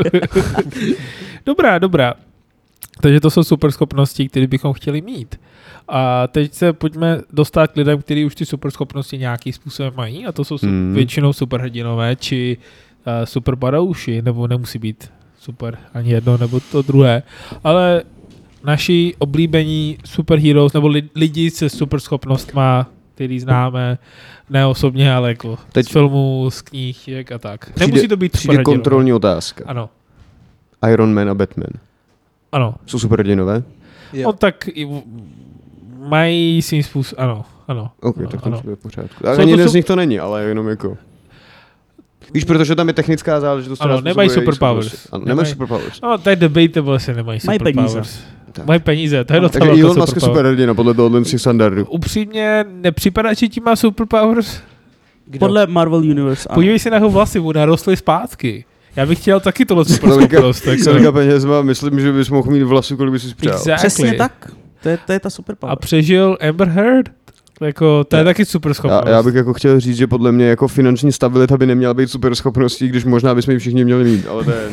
Dobrá. Takže to jsou superschopnosti, které bychom chtěli mít. A teď se pojďme dostat k lidem, kteří už ty superschopnosti nějakým způsobem mají, a to jsou většinou superhrdinové, či super padouši, nebo nemusí být super ani jedno, nebo to druhé. Ale naši oblíbení superheroes, nebo lidi se superschopnostma, který známe, ne osobně, ale jako z filmů, z knih a tak. Nemusí to být superhrdinové. Přijde kontrolní otázka. Ano. Iron Man a Batman. Ano. Jsou superhrdinové? No tak mají svým způsobem, ano. Ok, tak to je v pořádku. Ani jeden z nich to není, ale jenom jako... Víš, protože tam je technická záležitost. Ano, nemají superpowers. Ano, nemají superpowers. No, to je debatable, jestli nemají superpowers. Mají peníze, to je docela takže Elon Musk je superhrdina podle tohohle těch standardů. Upřímně, nepřipadá, že ti má superpowers? Podle Marvel Universe, ano. Podívej si na jeho vlasy, mu narostly zpátky. Já bych chtěl taky tohle superschopnost. Celka peněz má, myslím, že bys mohl mít vlasy, kolik bys si přál. Exactly. Přesně tak. To je ta superpower. A přežil Amber Heard? Jako, to je taky superschopnost. Já bych jako chtěl říct, že podle mě jako finanční stabilita by neměla být superschopností, když možná bychom ji všichni měli mít, ale to je...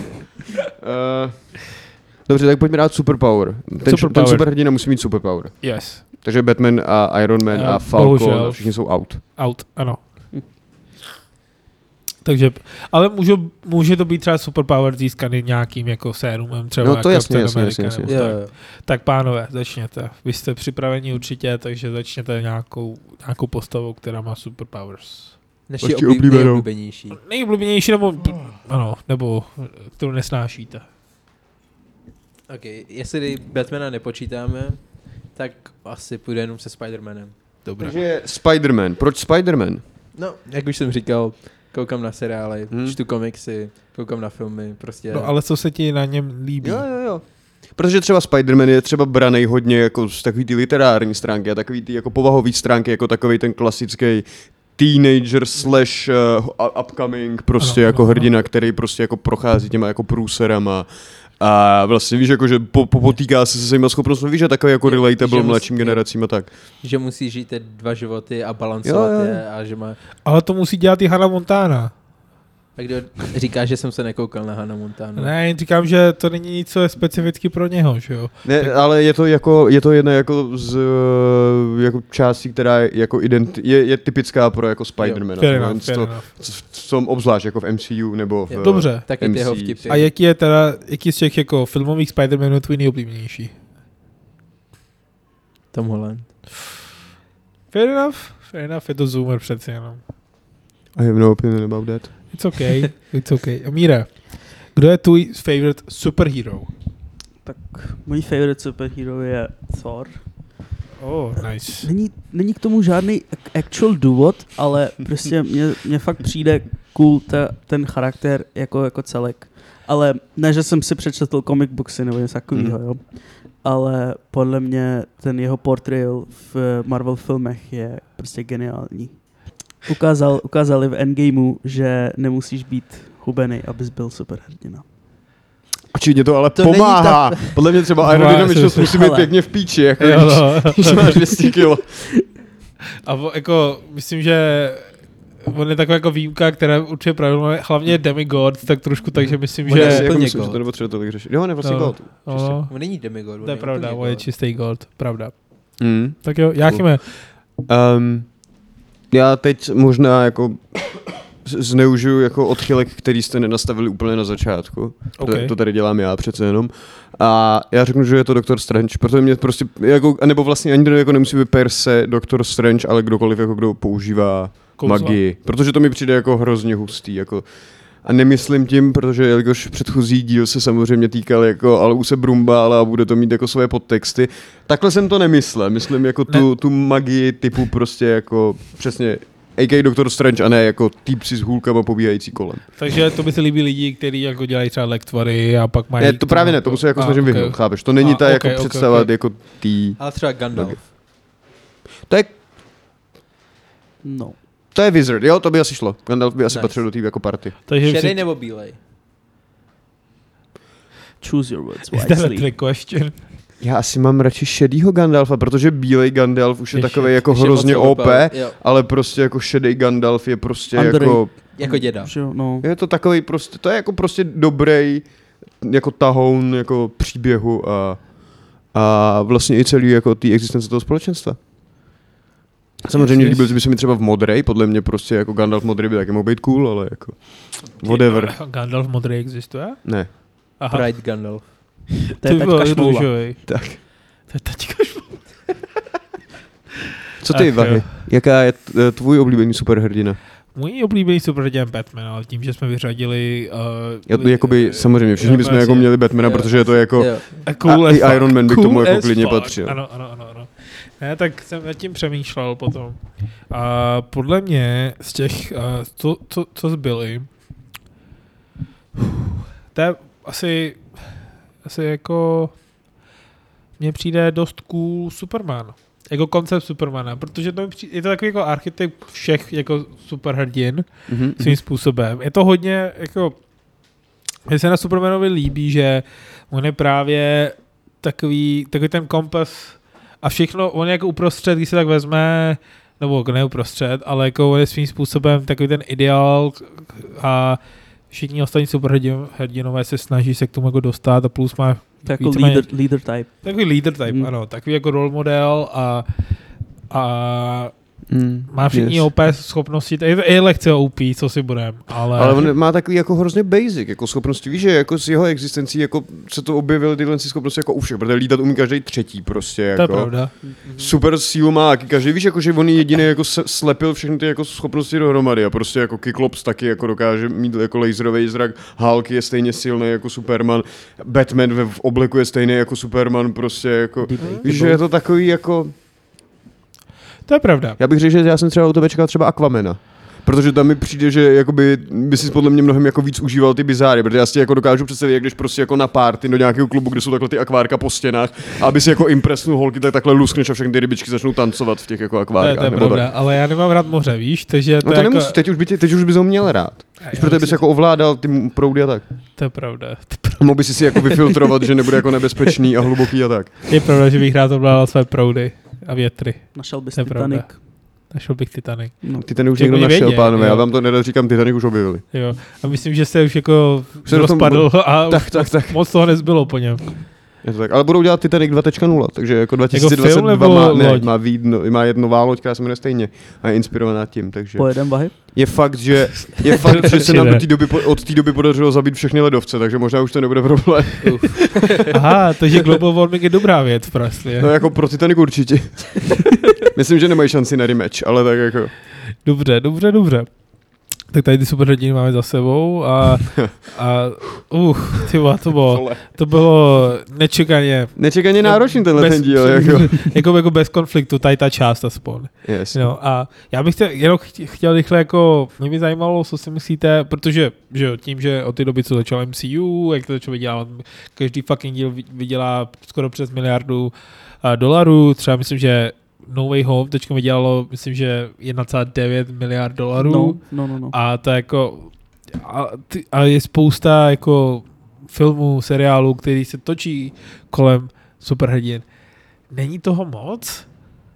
Dobře, tak pojďme dát superpower. Ten superhrdina musí mít superpower. Yes. Takže Batman a Iron Man a Falcon, všichni jsou out. Out, ano. Takže, ale může to být třeba superpower získaný nějakým jako sérumem, třeba no to jasně. Tak pánové, začněte. Vy jste připraveni určitě, takže začněte nějakou postavou, která má superpowers. Naši nejoblíbenější. Nejoblíbenější, nebo kterou nesnášíte. Ok, jestli Batmana nepočítáme, tak asi půjde jenom se Spider-Manem. Dobré. Takže Spider-Man. Proč Spider-Man? No, jak už jsem říkal, koukám na seriály, čtu komiksy, koukám na filmy, prostě... No ale co se ti na něm líbí? Jo. Protože třeba Spider-Man je třeba branej hodně jako z takový ty literární stránky a takový ty jako povahový stránky, jako takový ten klasický teenager slash upcoming prostě ano, jako ano. hrdina, který prostě jako prochází těma jako průserama a vlastně víš, jako, že potýká se se svýma schopnostmi, víš, že takový jako relatable mladším generacím a tak. Že musí žít ty 2 životy a balancovat je a že má... Ale to musí dělat i Hannah Montana. A kdo říká, že jsem se nekoukal na Hannah Montana? Ne, říkám, že to není nic, co je specificky pro něho, že jo. Ne, ale je to jedna jako z jako částí, která je jako je typická pro jako Spider-mana. Fair enough. V tom obzvlášť jako v MCU nebo v Dobře. Taky ty jeho vtipy. A jaký z těch jako filmových Spider-Manů tvůj nejoblíbenější? Tom Holland. Fair enough, je to zoomer přeci jenom. I have no opinion about that. It's okay. Amíra, kdo je tvůj favorite superhero? Tak můj favorite superhero je Thor. Nice. Není k tomu žádný actual důvod, ale prostě mně fakt přijde cool ten charakter jako celek. Ale ne, že jsem si přečetl comic booksy nebo něco takového, jo. Ale podle mě ten jeho portrayal v Marvel filmech je prostě geniální. Ukázali v Endgameu, že nemusíš být hubenej, abys byl superhrdina. Určitě to ale pomáhá. Podle mě třeba aerodynamičnost musí být pěkně v píči, jako když máš 200 kilo. A jako, myslím, že on je taková jako výjimka, která určitě pravidlo, hlavně je demigod, tak trošku, takže myslím, že... Jako myslím, že to nepotřebuje tolik řešit. Jo, on je vlastně gold. On není demigod. To je pravda, on je čistý gold, pravda. Mm. Tak jo, Jáchyme. Já teď možná jako zneužiju jako odchylek, který jste nenastavili úplně na začátku. Okay. To tady dělám já přece jenom. A já řeknu, že je to Doctor Strange, protože mě prostě, jako, nebo vlastně ani jako nemusí být per se Doctor Strange, ale kdokoliv, jako kdo používá magii. Protože to mi přijde jako hrozně hustý, jako. A nemyslím tím, protože jelikož předchozí díl se samozřejmě týkal jako Alouse Brumbála a bude to mít jako své podtexty. Takhle jsem to nemyslel. Myslím jako tu magii typu prostě jako přesně a.k.a. Doctor Strange a ne jako týpci s hůlkama pobíhající kolem. Takže to by se líbí lidi, kteří jako dělají třeba lektvory a pak mají... Ne, to právě ne, tomu se jako snažím vyhnout, chápeš? To není ta jako představa jako tý... Ale třeba Gandalf. To je... No. To je Wizard, jo, to by asi šlo. Gandalf by asi patřil do té jako party. Šedej nebo bílej? Choose your words wisely. Is that a trick question? Já asi mám radši šedýho Gandalfa, protože bílej Gandalf už je takovej jako hrozně OP, ale prostě jako šedej Gandalf je prostě jako děda. No. Je to takovej prostě, to je jako prostě dobrý jako tahoun jako příběhu a vlastně i celý jako té existence toho společenstva. Samozřejmě líbil by se mi třeba v modrej, podle mě prostě jako Gandalf modrý by taky mohl být cool, ale jako whatever. Gandalf modrý existuje? Ne. Aha. Pride Gandalf. To je taťka Šmoula. Tak. To je taťka Šmoula. Co ty, Vahy? Jaká je tvůj oblíbený superhrdina? Můj oblíbený superhrdina je Batman, ale tím, že jsme vyřadili... jakoby samozřejmě, všichni bychom jako měli Batmana, protože je to jako... Cool i Iron Man by k tomu jako klidně patřil. Ano. Ne, tak jsem nad tím přemýšlel potom. A podle mě z těch, co zbyly, to je asi jako mně přijde dost cool Superman. Jako koncept Supermana, protože to je to takový jako archetyp všech jako superhrdin svým způsobem. Je to hodně jako, že se na Supermanovi líbí, že on je právě takový ten kompas a všechno, on je jako uprostřed, když se tak vezme, nebo ne uprostřed, ale jako on je svým způsobem takový ten ideál a všichni ostatní superhrdinové se snaží se k tomu jako dostat a plus má jako leader type. Takový leader type, ano. Takový jako role model a má všichni OP schopnosti, je lehce OP, co si budem, ale on má takový jako hrozně basic, jako schopnosti, víš, že jako s jeho existencí jako se to objevily tyhle schopnosti jako u všech, protože lítat umí každý třetí prostě, jako. To je pravda. Super sílu má každý, víš, jako že on jediný jako slepil všechny ty jako schopnosti dohromady a prostě jako Kyklops taky jako dokáže mít jako laserový zrak, Hulk je stejně silný jako Superman, Batman v obleku je stejný jako Superman, prostě jako, víš, že je to takový jako... To je pravda. Já bych řekl, že já jsem třeba u tebe čekal třeba Aquamana. Protože tam mi přijde, že jakoby by si podle mě mnohem jako víc užíval ty bizáry, protože já si jako dokážu představit, jak jdeš prostě jako na party do nějakého klubu, kde jsou takhle ty akvárka po stěnách, a aby si jako impresnul holky, tak takhle luskneš a všechny ty rybičky začnou tancovat v těch jako akvárkách. To je pravda, ale já nemám rád moře, víš, takže to jako... nemusí, teď už bys ho měl rád. Protože bys jako ovládal ty proudy a tak. To je pravda. Mohl by si jako vyfiltrovat, že nebude jako nebezpečný a hluboký a tak. Je pravda, že bych rád ovládal své proudy a větry. Našel bys To je Titanic. pravda. Našel bych Titanic. No. Titanic už Jako někdo našel, vědět, pánové. jo. Já vám to nerad říkám, Titanic už objevili. Jo. A myslím, že se už jako Se do tom- rozpadl a Tak. moc toho nezbylo po něm. Je to tak. Ale budou dělat Titanic 2.0, takže jako 2022 film nebo loď? má jednu loď, která se jmenuje stejně a je inspirovaná tím, takže Pojedem Vahy? je fakt, že se nám od té doby podařilo zabít všechny ledovce, takže možná už to nebude problém. Aha, takže global warming je dobrá věc prostě. No jako pro Titanic určitě. Myslím, že nemají šanci na rematch, ale tak jako... Dobře. Tak tady ty superhrdiny máme za sebou a to bylo nečekaně náročný tenhle ten díl, jako bez konfliktu, tady ta část aspoň. Yes. No, a já bych jenom chtěl rychle jako, mě by zajímalo, co si myslíte, protože že jo, tím, že od té doby, co začal MCU, jak to začal vydělávat, každý fucking díl vydělá skoro přes $1 miliardu, třeba myslím, že No Way Home teďka vydělalo, myslím, že $1,9 miliard. No. A to jako a je spousta jako filmů, seriálů, který se točí kolem superhrdin. Není toho moc?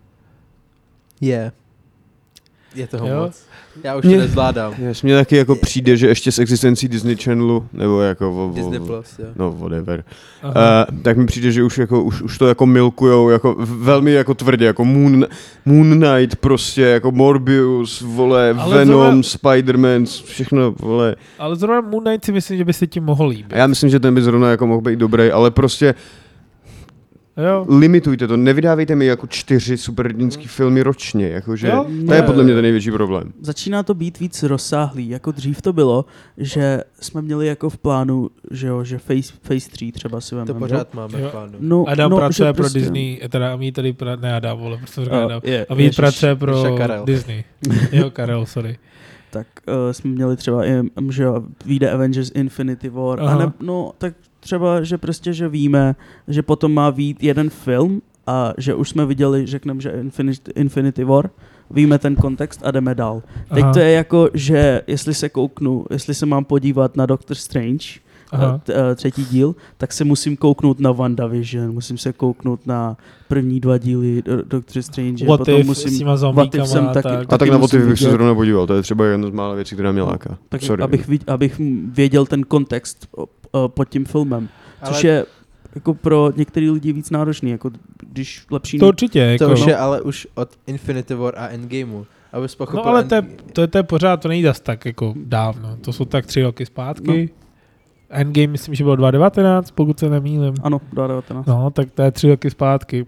Je toho Jo? moc. Já už to nezvládám. Mně taky jako přijde, že ještě s existencí Disney Channelu, nebo jako Disney Plus, jo. No, whatever. Tak mi přijde, že už to jako milkujou jako velmi jako tvrdě, jako Moon Knight prostě, jako Morbius, vole, Ale Venom, Spider-Man, všechno, vole. Ale zrovna Moon Knight si myslím, že by se tím mohl líbit. A já myslím, že ten by zrovna jako mohl být dobrý, ale prostě Jo. limitujte to, nevydávejte mi jako 4 superhrdinský filmy ročně, jakože Jo? to je podle mě ten největší problém. Začíná to být víc rozsáhlý, jako dřív to bylo, že jsme měli jako v plánu, že Phase 3 třeba si vememe. To pořád máme v plánu. No, Adam pracuje že pro prostě- Disney, teda Amí tady, ne Adam, vole, prostě říká Adam. Amí ježiš. pracuje pro Karel. Disney. Jo, Karel, sorry. Tak jsme měli třeba i, že vyjde Avengers Infinity War, tak třeba, že prostě, že víme, že potom má vyjít jeden film a že už jsme viděli, řekneme, že Infinity War, víme ten kontext a jdeme dál. Teď to je jako, že jestli se mám podívat na Doctor Strange, třetí díl, tak se musím kouknout na WandaVision, musím se kouknout na první 2 díly Doctor Strange. What potom if musím, s těma zombíkama a tak na What if bych se zrovna podíval, to je třeba jedna z mála věcí, která mě láká. Tak Sorry. abych věděl ten kontext pod tím filmem, což je jako pro některý lidi víc náročný, jako když lepší... To určitě. Jako, To už je ale už od Infinity War a Endgameu. Abys pochopil... No ale to je pořád, to nejde zas tak jako dávno. To jsou tak 3 roky zpátky. Endgame myslím, že bylo 2019, pokud se nemýlím. Ano, 2019. No, tak to je 3 roky zpátky.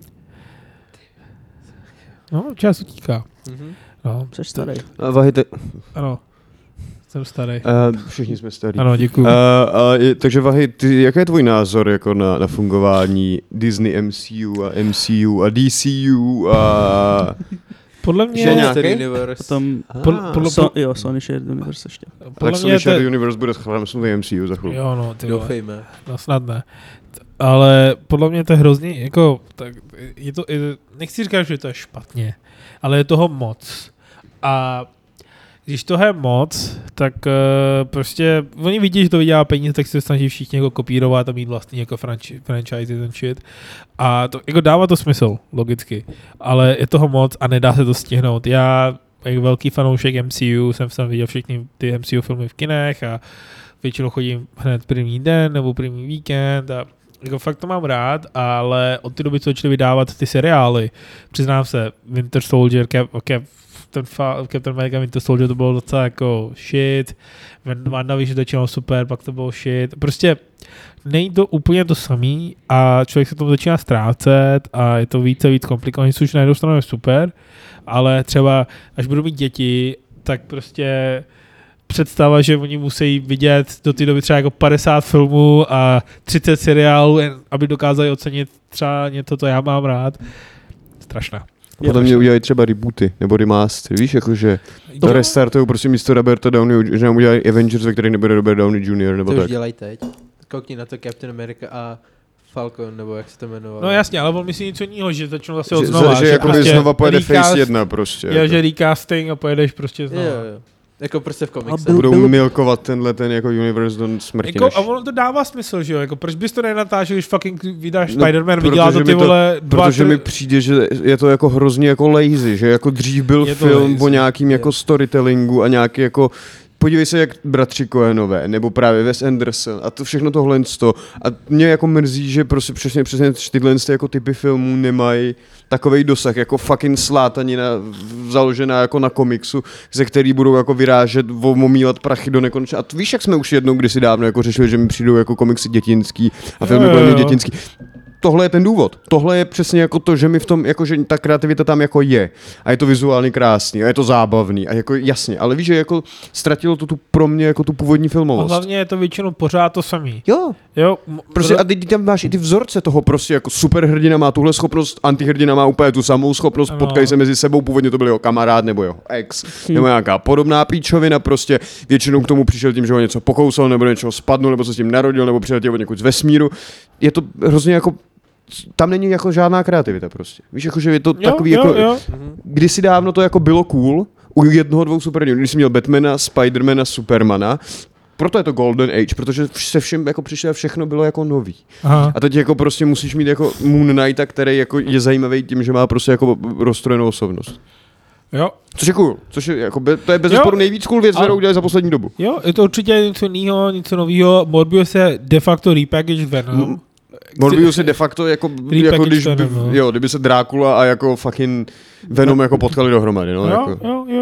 No, čas utíká. No, Jseš starý. ano, jsem starý. Všichni jsme starý. Ano, děkuju. Takže Vahy, jaký je tvůj názor jako na fungování Disney MCU a DCU a... Podle mě... Potom Sony Shared Universe ještě. Tak Sony Shared Universe bude schválený MCU za chvíli. Jo, no, ty vole. Doufejme. No snad ne. Ale podle mě to je hrozně, jako, tak je to, nechci říkat, že to je špatně, ale je toho moc. A když toho je moc, tak prostě oni vidí, že to vydělá peníze, tak se snaží všichni jako kopírovat a mít vlastní jako franchise ten shit. A to, jako dává to smysl, logicky, ale je toho moc a nedá se to stihnout. Já, jako velký fanoušek MCU, jsem viděl všechny ty MCU filmy v kinech a většinou chodím hned první den nebo první víkend a jako fakt to mám rád, ale od té doby, co začali vydávat ty seriály, přiznám se, Winter Soldier, Captain America Winter Soldier, to bylo docela jako shit, WandaVision začínalo super, pak to bylo shit, prostě není to úplně to samý a člověk se tomu začíná ztrácet a je to více víc komplikovaný, což na jednu stranu je super, ale třeba až budu mít děti, tak prostě představa, že oni musí vidět do té doby třeba jako 50 filmů a 30 seriálů, aby dokázali ocenit třeba něco, co já mám rád. Strašná. Potom mě udělají třeba rebooty nebo remaster, víš, jakože to restartují prostě místo Roberta Downey, že nám udělají Avengers, ve kterých nebude Robert Downey Jr. nebo to tak. už dělají teď. Koukni na to Captain America a Falcon, nebo jak se to jmenovalo. No jasně, ale on myslí něco jiného, že začnou zase od znova. Že jako prostě znova pojede Phase 1 prostě. Jo, že recasting a pojedeš prostě znova. Jo. Jako prostě v komikse. Budou milkovat ten jako universe do smrti. Jako, a ono to dává smysl, že jo? Jako, proč bys to nenatáčel, když fucking vydáš Spider-Man, vydělá to ty vole protože mi přijde, že je to jako hrozně jako lazy, že jako dřív byl film o nějakým jako storytellingu a nějaký jako podívej se, jak bratři Coenové, nebo právě Wes Anderson a to všechno tohle a mě jako mrzí, že prostě přesně tyhle jako typy filmů nemají takovej dosah, jako fucking slátanina založená jako na komiksu, ze který budou jako vyrážet, omílat prachy do nekonečna. A víš, jak jsme už jednou kdysi dávno jako řešili, že mi přijdou jako komiksy dětinský a filmy kolem dětinský. Tohle je ten důvod. Tohle je přesně jako to, že mi v tom, jako, že ta kreativita tam jako je. A je to vizuálně krásný, a je to zábavný, a jako jasně. Ale víš, že jako ztratilo to tu pro mě jako tu původní filmovost. A hlavně je to většinou pořád to samý. Jo. Prostě a teď tam máš i ty vzorce toho prostě, jako superhrdina má tuhle schopnost, antihrdina má úplně tu samou schopnost, potkají se mezi sebou, původně to byl jeho kamarád nebo jeho ex, nebo nějaká podobná píčovina, prostě většinou k tomu přišel tím, že ho něco pokousal, nebo něčeho spadnul, nebo se s tím narodil, nebo přiletěl od někud z vesmíru. Je to hrozně jako tam není jako žádná kreativita prostě. Víš, jako, že je to takový jako kdysi dávno to jako bylo cool u jednoho, dvou superhrdinů, když jsi měl Batmana, Spidermana, Supermana. Proto je to Golden Age, protože se všem jako přišlo všechno bylo jako nový. Aha. A teď jako prostě musíš mít jako Moon Knighta, který jako je zajímavý tím, že má prostě jako rozstrojenou osobnost. Jo. Což je cool, to je bezesporu nejvíc cool věc, kterou udělali za poslední dobu. Jo, je to určitě něco jiného, něco nového. Morbius je de facto repackaged Venom. Morbius je de facto jako když by, kdyby se Drákula a jako fucking Venom jako potkali dohromady, no. Jo.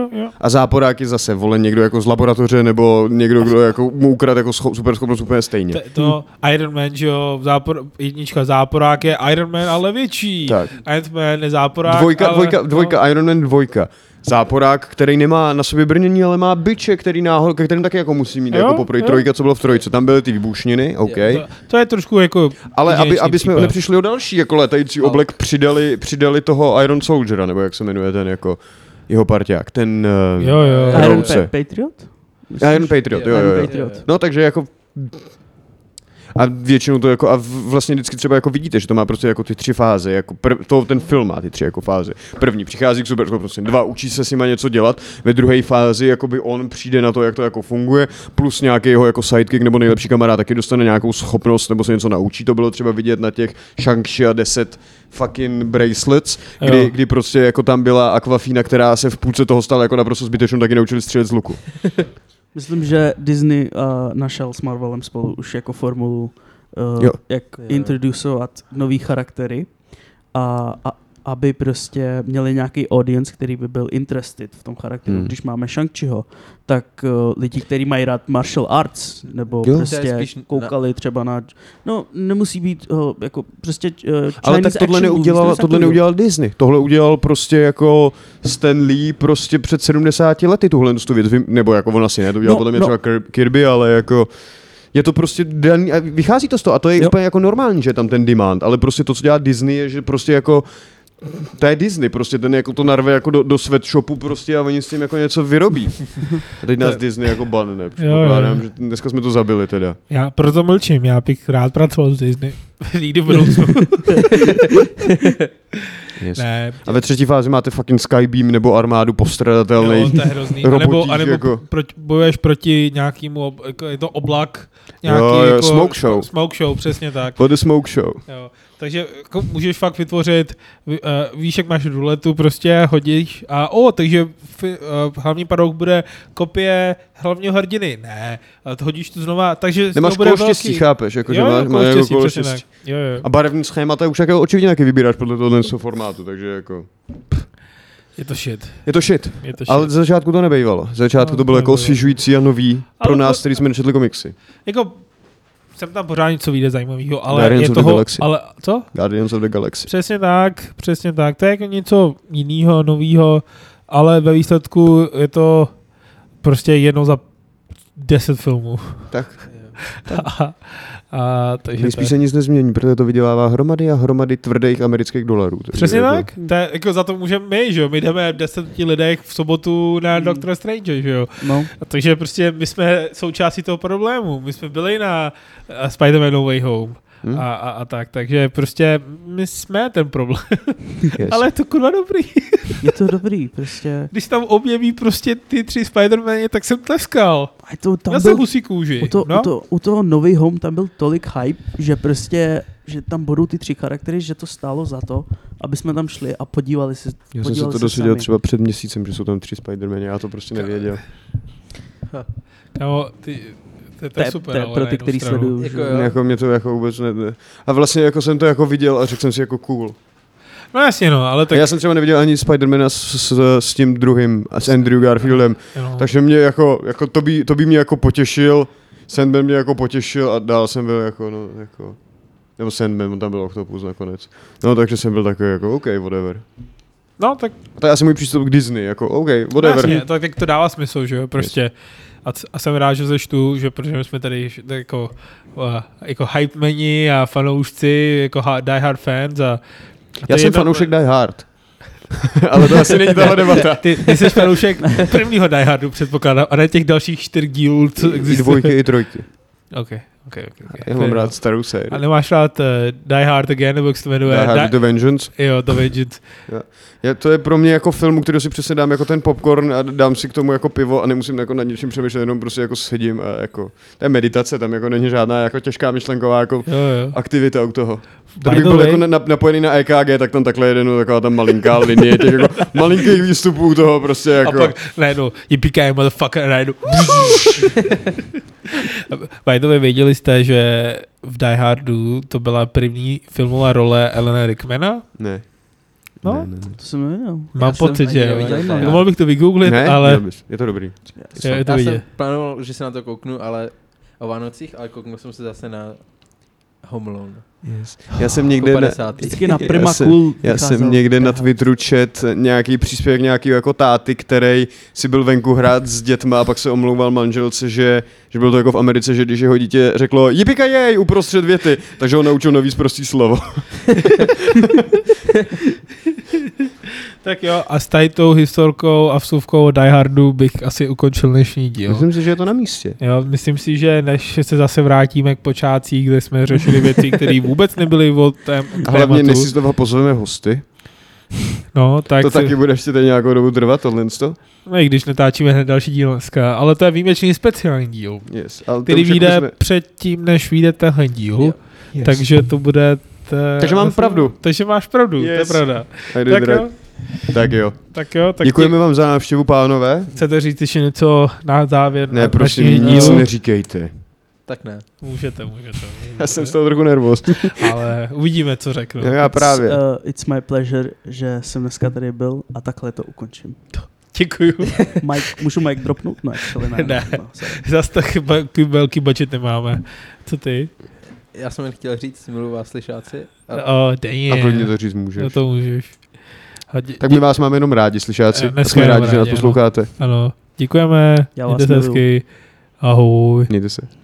A záporák je zase volen někdo jako z laboratoře nebo někdo, kdo jako mu ukradl jako superschopnost úplně stejně. To Iron Man, že jo, jednička záporák je Iron Man, ale větší. Tak. Ant-Man je záporák, dvojka, Iron Man 2. Záporák, který nemá na sobě brnění, ale má biče, kterým taky jako musí mít jako poprvé. Trojka, co bylo v trojce, tam byly ty výbušniny, OK. To je trošku jako ale aby jsme nepřišli o další jako letající oblek, přidali toho Iron Soldiera, nebo jak se jmenuje ten jako jeho parťák, ten Iron Patriot? Iron Patriot, jo. No takže jako a většinou to jako, a vlastně vždycky třeba jako vidíte, že to má prostě jako ty 3 fáze, jako ten film má ty 3 jako fáze. První přichází k superschopnosti, 2 učí se s nima něco dělat, ve druhé fázi jakoby on přijde na to, jak to jako funguje, plus nějaký jeho jako sidekick nebo nejlepší kamarád taky dostane nějakou schopnost nebo se něco naučí. To bylo třeba vidět na těch Shang-Chi a 10 fucking bracelets, kdy prostě jako tam byla Aquafina, která se v půlce toho stala jako naprosto zbytečnou, taky naučili střílet z luku. Myslím, že Disney našel s Marvelem spolu už jako formulu, jak introducovat nový charaktery a aby prostě měli nějaký audience, který by byl interested v tom charakteru. Když máme Shang-Chiho, tak lidi, kteří mají rád martial arts, nebo prostě koukali třeba na... No, nemusí být jako prostě ale tak tohle neudělal Disney. Tohle udělal prostě jako Stan Lee prostě před 70 lety tuhle věc. Nebo jako on asi ne, to udělal potom je třeba Kirby, ale jako... Je to prostě daný, a vychází to z toho a to je úplně jako normální, že je tam ten demand, ale prostě to, co dělá Disney, je, že prostě jako to je Disney, prostě ten jako to narve jako do sweatshopu prostě a oni s tím jako něco vyrobí. A teď nás Disney jako banne. Předpokládám, že dneska jsme to zabili teda. Já proto mlčím, já bych rád pracoval s Disney. Nikdy v budoucnu. Yes. Ne. A ve třetí fázi máte fucking Skybeam nebo armádu postradatelný. Jo, to je hrozný. A nebo jako... bojuješ proti nějakému, jako je to oblak, nějaký jako smoke show, přesně tak. For the smoke show. Jo. Takže jako můžeš fakt vytvořit, víš, jak máš ruletu, prostě hodíš a takže hlavní padouk bude kopie hlavního hrdiny. Ne, to hodíš tu znova, takže nemáš kolo štěstí, chápeš? Jako, že máš kolo štěstí. Jo. A barevný schémata už jako očividně taky vybíráš podle toho formátu, takže jako... Je to shit. Ale ze začátku to nebejvalo. Ze začátku to bylo jako osvěžující a nový pro nás, který jsme nečetli komiksy. Jako jsem tam pořád něco vyjde zajímavého, ale Guardians je toho... Ale co? Guardians of the Galaxy. Přesně tak. To je jako něco jiného, nového, ale ve výsledku je to prostě jedno za 10 filmů. Tak. A takže Nejspíš se nic nezmění, protože to vydělává hromady a hromady tvrdých amerických dolarů. Přesně jako... tak. To je, jako za to můžeme my, že jo? My jdeme 10 lidech v sobotu na Doctor Strange, že jo? No. A takže prostě my jsme součástí toho problému. My jsme byli na Spider-Man No Way Home. A tak, takže prostě my jsme ten problém. Yes. Ale je to kurva dobrý. Je to dobrý, prostě. Když tam objeví prostě ty 3 Spider-Mani, tak jsem tleskal. A to tam Já jsem husí kůži. U toho No Way Home tam byl tolik hype, že prostě, že tam budou ty 3 charaktery, že to stálo za to, aby jsme tam šli a podívali se. Já jsem se to dozvěděl třeba před měsícem, že jsou tam 3 Spider-Mani, já to prostě nevěděl. Kámo, to je super, pro ty, který sledují. Jako mě to jako vůbec ne. A vlastně jako jsem to jako viděl a řekl jsem si jako cool. No jasně no, ale tak... A já jsem třeba neviděl ani Spider-Mana s tím druhým, s Andrew Garfieldem, takže mě jako to by mě jako potěšil, Sandman mě jako potěšil a dál jsem byl jako, no jako, nebo Sandman, on tam byl Octopus nakonec. No takže jsem byl takový jako OK, whatever. No tak... A to je asi můj přístup k Disney, jako OK, whatever. Jasně, tak to dává smysl, že jo, prostě. Yes. A jsem rád, že zeštu, že protože my jsme tady jako hype meni a fanoušci, jako die hard fans a já jsem fanoušek Die Hard. Ale to asi není tahle debata. Ty jsi fanoušek prvního Die Hardu, předpokládám, a ne těch dalších 4 dílů, co existuje. I 2 i 3. Okay. Já mám rád starou sérii. A nemáš rád Die Hard Again, nebo jak se to jmenuje? Die Hard The Vengeance. Jo, The Vengeance. To je pro mě jako film, který si přesně dám jako ten popcorn a dám si k tomu jako pivo a nemusím jako nad ničím přemýšlet, jenom prostě jako sedím a jako, to je meditace, tam jako není žádná jako těžká myšlenková jako aktivita u toho. Kdybych byl jako napojený na EKG, tak tam takhle jedenu taková tam malinká linie těch jako malinkých výstupů u toho prostě jako. A pak najednou, yippee motherfucker, najednou. By the way, věděli jste, že v Die Hardu to byla první filmová role Alana Rickmana? Ne. No, ne. To jsem nevěděl. Mám pocit, že mohl bych to vygooglit, ne, ale... Je to dobrý. Je to já jsem plánoval, že se na to kouknu, ale o Vánocích, ale kouknu jsem se zase na Home Alone. Yes. Já jsem někde já jsem někde na Twitteru čet nějaký příspěvek nějaký jako táty, který si byl venku hrát s dětma a pak se omlouval manželce, že bylo to jako v Americe, že když jeho dítě řeklo yippee uprostřed věty, takže ho naučil nový sprostý slovo. Tak jo, a s tady tou historkou a vsuvkou o Die Hardu bych asi ukončil dnešní díl. Myslím si, že je to na místě. Jo, myslím si, že než se zase vrátíme k počátcích, kde jsme řešili věci, které vůbec nebyly o tématu. A hlavně, než si z toho pozveme hosty, no, tak to taky bude ještě nějakou dobu trvat, tohle. No i když natáčíme hned další díl dneska, ale to je výjimečný speciální díl, který vyjde předtím, než vyjde tenhle díl, takže to bude... Takže mám pravdu. Takže máš pravdu, to je pravda. Tak jo. Děkujeme vám za návštěvu, pánové. Chcete říct ještě něco na závěr? Ne, prosím, nic neříkejte. Tak ne. Můžete. Já jsem z toho trochu nervóz. Ale uvidíme, co řeknu. Já právě. It's my pleasure, že jsem dneska tady byl a takhle to ukončím. Děkuju. Můžu mic dropnout? No, ne. Zas tak velký budget nemáme. Co ty? Já jsem jen chtěl říct, miluji vás slyšáci. A klidně to říct můžeš. No to můžeš. Tak my vás máme jenom rádi, slyšáci. Jsme rádi, že nás posloucháte. Ano. Děkujeme. Já vás miluji. Ahoj. Mějte se.